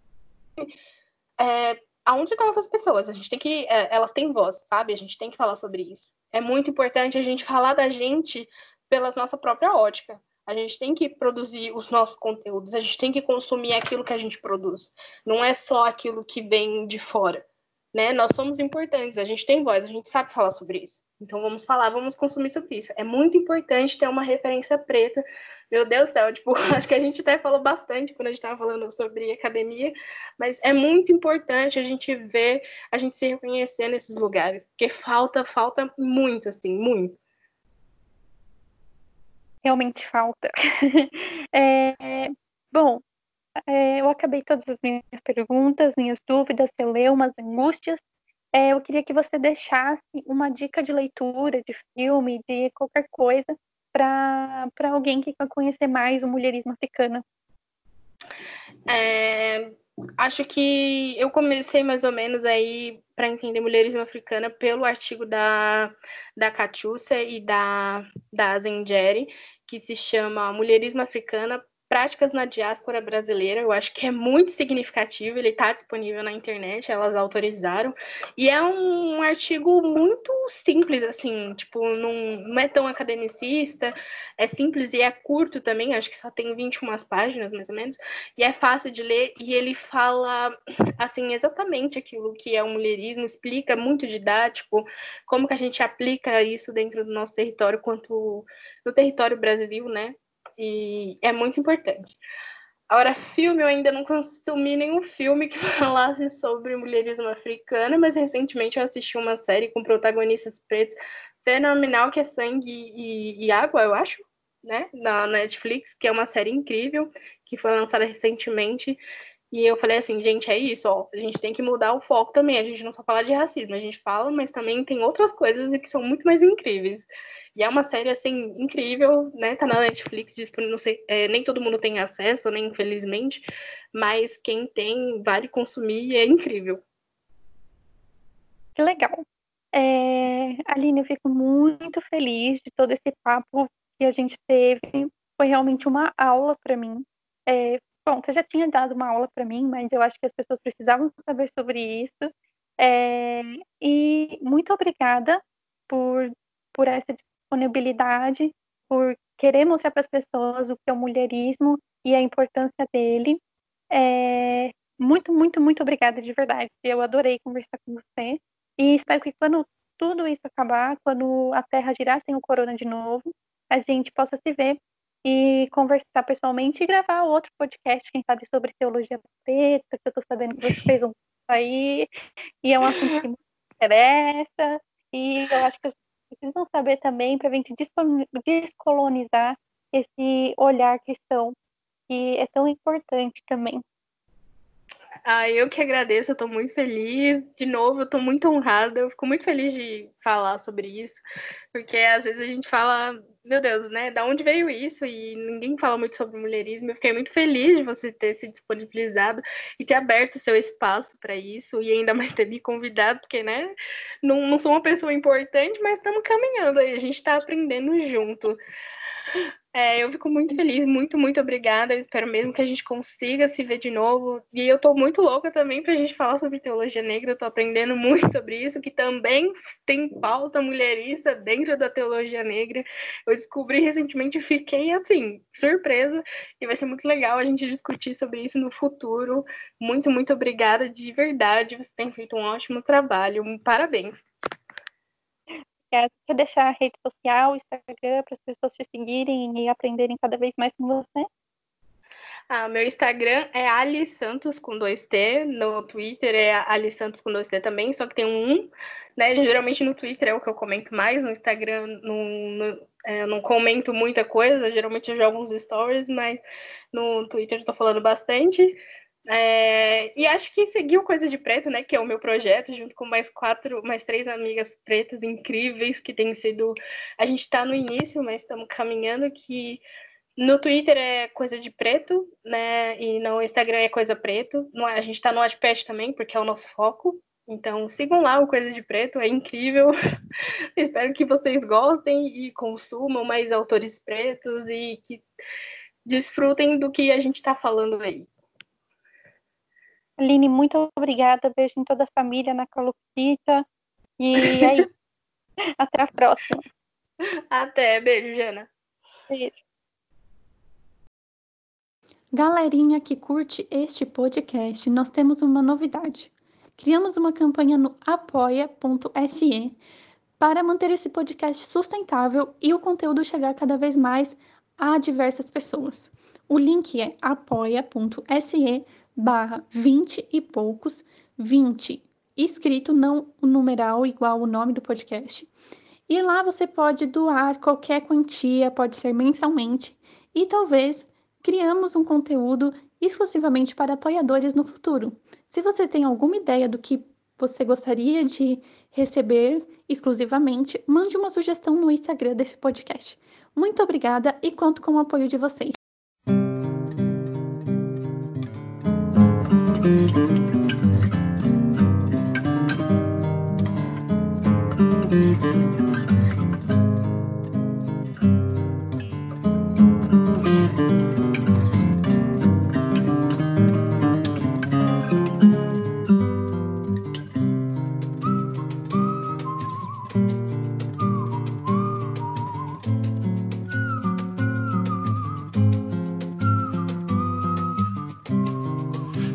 é, aonde estão essas pessoas? A gente tem que, é, elas têm voz, sabe? A gente tem que falar sobre isso. É muito importante a gente falar da gente pela nossa própria ótica. A gente tem que produzir os nossos conteúdos, a gente tem que consumir aquilo que a gente produz. Não é só aquilo que vem de fora, né? Nós somos importantes, a gente tem voz, a gente sabe falar sobre isso. Então vamos falar, vamos consumir sobre isso. É muito importante ter uma referência preta. Meu Deus do céu, tipo, acho que a gente até falou bastante quando a gente estava falando sobre academia, mas é muito importante a gente ver, a gente se reconhecer nesses lugares, porque falta, falta muito, assim, muito. Realmente falta. é, bom, é, eu acabei todas as minhas perguntas, minhas dúvidas, celeumas, angústias. É, eu queria que você deixasse uma dica de leitura, de filme, de qualquer coisa, para alguém que quer conhecer mais o mulherismo africano. É, acho que eu comecei mais ou menos aí para entender mulherismo africana pelo artigo da, da Catiúcia e da, da Zengeri, que se chama Mulherismo Africana, Práticas na Diáspora Brasileira. Eu acho que é muito significativo, ele está disponível na internet, elas autorizaram, e é um, um artigo muito simples, assim, tipo, não, não é tão academicista, é simples e é curto também, acho que só tem vinte e uma páginas, mais ou menos, e é fácil de ler, e ele fala, assim, exatamente aquilo que é o mulherismo, explica muito didático, como que a gente aplica isso dentro do nosso território, quanto no território brasileiro, né? E é muito importante. Agora, filme, eu ainda não consumi nenhum filme que falasse sobre mulherismo africano, mas recentemente eu assisti uma série com protagonistas pretos fenomenal, que é Sangue e, e Água, eu acho, né? Na Netflix, que é uma série incrível, que foi lançada recentemente. E eu falei assim, gente, é isso, ó, a gente tem que mudar o foco também, a gente não só fala de racismo, a gente fala, mas também tem outras coisas que são muito mais incríveis. E é uma série, assim, incrível, né, tá na Netflix, disponível, não sei, é, nem todo mundo tem acesso, né, infelizmente, mas quem tem, vale consumir e é incrível. Que legal. É, Aline, eu fico muito feliz de todo esse papo que a gente teve. Foi realmente uma aula para mim. É, bom, você já tinha dado uma aula para mim, mas eu acho que as pessoas precisavam saber sobre isso. É, e muito obrigada por, por essa disponibilidade, por querer mostrar para as pessoas o que é o mulherismo e a importância dele. É, muito, muito, muito obrigada de verdade. Eu adorei conversar com você. E espero que quando tudo isso acabar, quando a Terra girar sem o corona de novo, a gente possa se ver e conversar pessoalmente e gravar outro podcast, quem sabe, sobre teologia preta, que eu tô sabendo que você fez um aí, e é um assunto que me interessa, e eu acho que as pessoas precisam saber também para a gente descolonizar esse olhar cristão, que é tão importante também. Ah, eu que agradeço, eu tô muito feliz. De novo, eu tô muito honrada. Eu fico muito feliz de falar sobre isso, porque às vezes a gente fala, meu Deus, né? Da onde veio isso? E ninguém fala muito sobre mulherismo. Eu fiquei muito feliz de você ter se disponibilizado e ter aberto o seu espaço para isso, e ainda mais ter me convidado, porque, né? Não, não sou uma pessoa importante, mas estamos caminhando aí, a gente tá aprendendo junto. É, eu fico muito feliz, muito, muito obrigada. Eu espero mesmo que a gente consiga se ver de novo. E eu tô muito louca também pra gente falar sobre teologia negra. Eu tô aprendendo muito sobre isso, que também tem pauta mulherista dentro da teologia negra. Eu descobri recentemente e fiquei, assim, surpresa. E vai ser muito legal a gente discutir sobre isso no futuro. Muito, muito obrigada de verdade. Você tem feito um ótimo trabalho. Parabéns. Quer deixar a rede social, Instagram, para as pessoas te seguirem e aprenderem cada vez mais com você? Ah, meu Instagram é Ali Santos com dois T, no Twitter é Ali Santos com dois T também, só que tem um um, né? Geralmente no Twitter é o que eu comento mais, no Instagram não, não, é, não comento muita coisa, geralmente eu jogo uns stories, mas no Twitter eu tô falando bastante. É, e acho que seguiu Coisa de Preto, né? Que é o meu projeto, junto com mais quatro, mais três amigas pretas incríveis que tem sido. A gente está no início, mas estamos caminhando. Que no Twitter é Coisa de Preto, né? E no Instagram é Coisa Preto. A gente está no Wattpad também, porque é o nosso foco. Então sigam lá o Coisa de Preto, é incrível. Espero que vocês gostem e consumam mais autores pretos e que desfrutem do que a gente está falando aí. Aline, muito obrigada. Beijo em toda a família, na Calopsita. E é isso. Até a próxima. Até. Beijo, Jana. Beijo. Galerinha que curte este podcast, nós temos uma novidade. Criamos uma campanha no apoia.se para manter esse podcast sustentável e o conteúdo chegar cada vez mais a diversas pessoas. O link é apoia.se barra vinte e poucos, vinte escrito, não o numeral igual o nome do podcast. E lá você pode doar qualquer quantia, pode ser mensalmente, e talvez criamos um conteúdo exclusivamente para apoiadores no futuro. Se você tem alguma ideia do que você gostaria de receber exclusivamente, mande uma sugestão no Instagram desse podcast. Muito obrigada e conto com o apoio de vocês.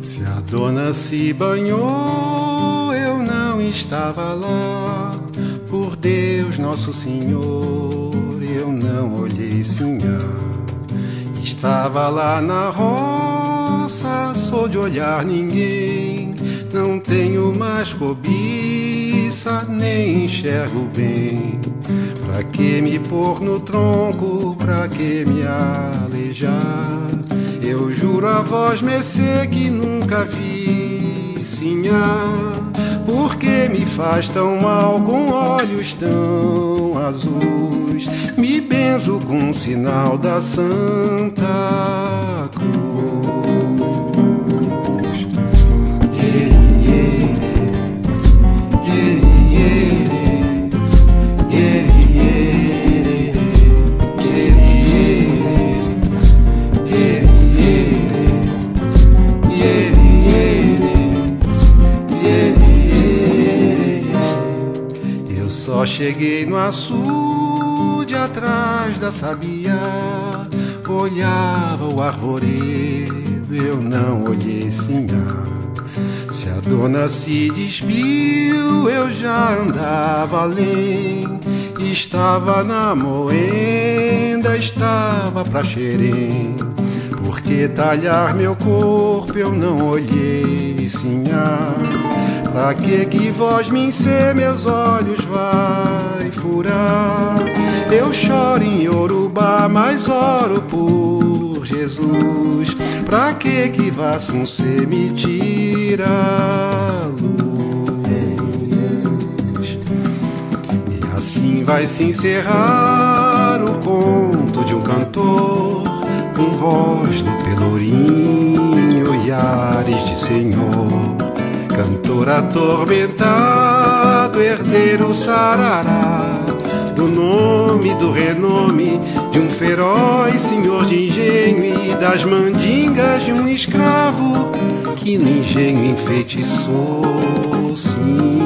Se a dona se banhou, eu não estava lá. Por Deus Nosso Senhor, eu não olhei sinhá. Estava lá na roça, sou de olhar ninguém. Não tenho mais cobiça, nem enxergo bem. Pra que me pôr no tronco, pra que me aleijar? Eu juro a vós, mercê, que nunca vi sinhá. Por que me faz tão mal com olhos tão azuis? Me benzo com o sinal da Santa Cruz. Só cheguei no açude atrás da sabiá. Olhava o arvoredo, eu não olhei sinhá. Se a dona se despiu, eu já andava além. Estava na moenda, estava pra Xerém. Por que talhar meu corpo, eu não olhei sinhá. Pra que que vós me encer, meus olhos vai furar? Eu choro em Yorubá, mas oro por Jesus. Pra que que Vassuncê me tira a luz? E assim vai se encerrar o conto de um cantor, com voz do pelourinho e ares de senhor. Cantor atormentado, herdeiro sarará do nome, do renome de um feroz senhor de engenho e das mandingas de um escravo que no engenho enfeitiçou, sim.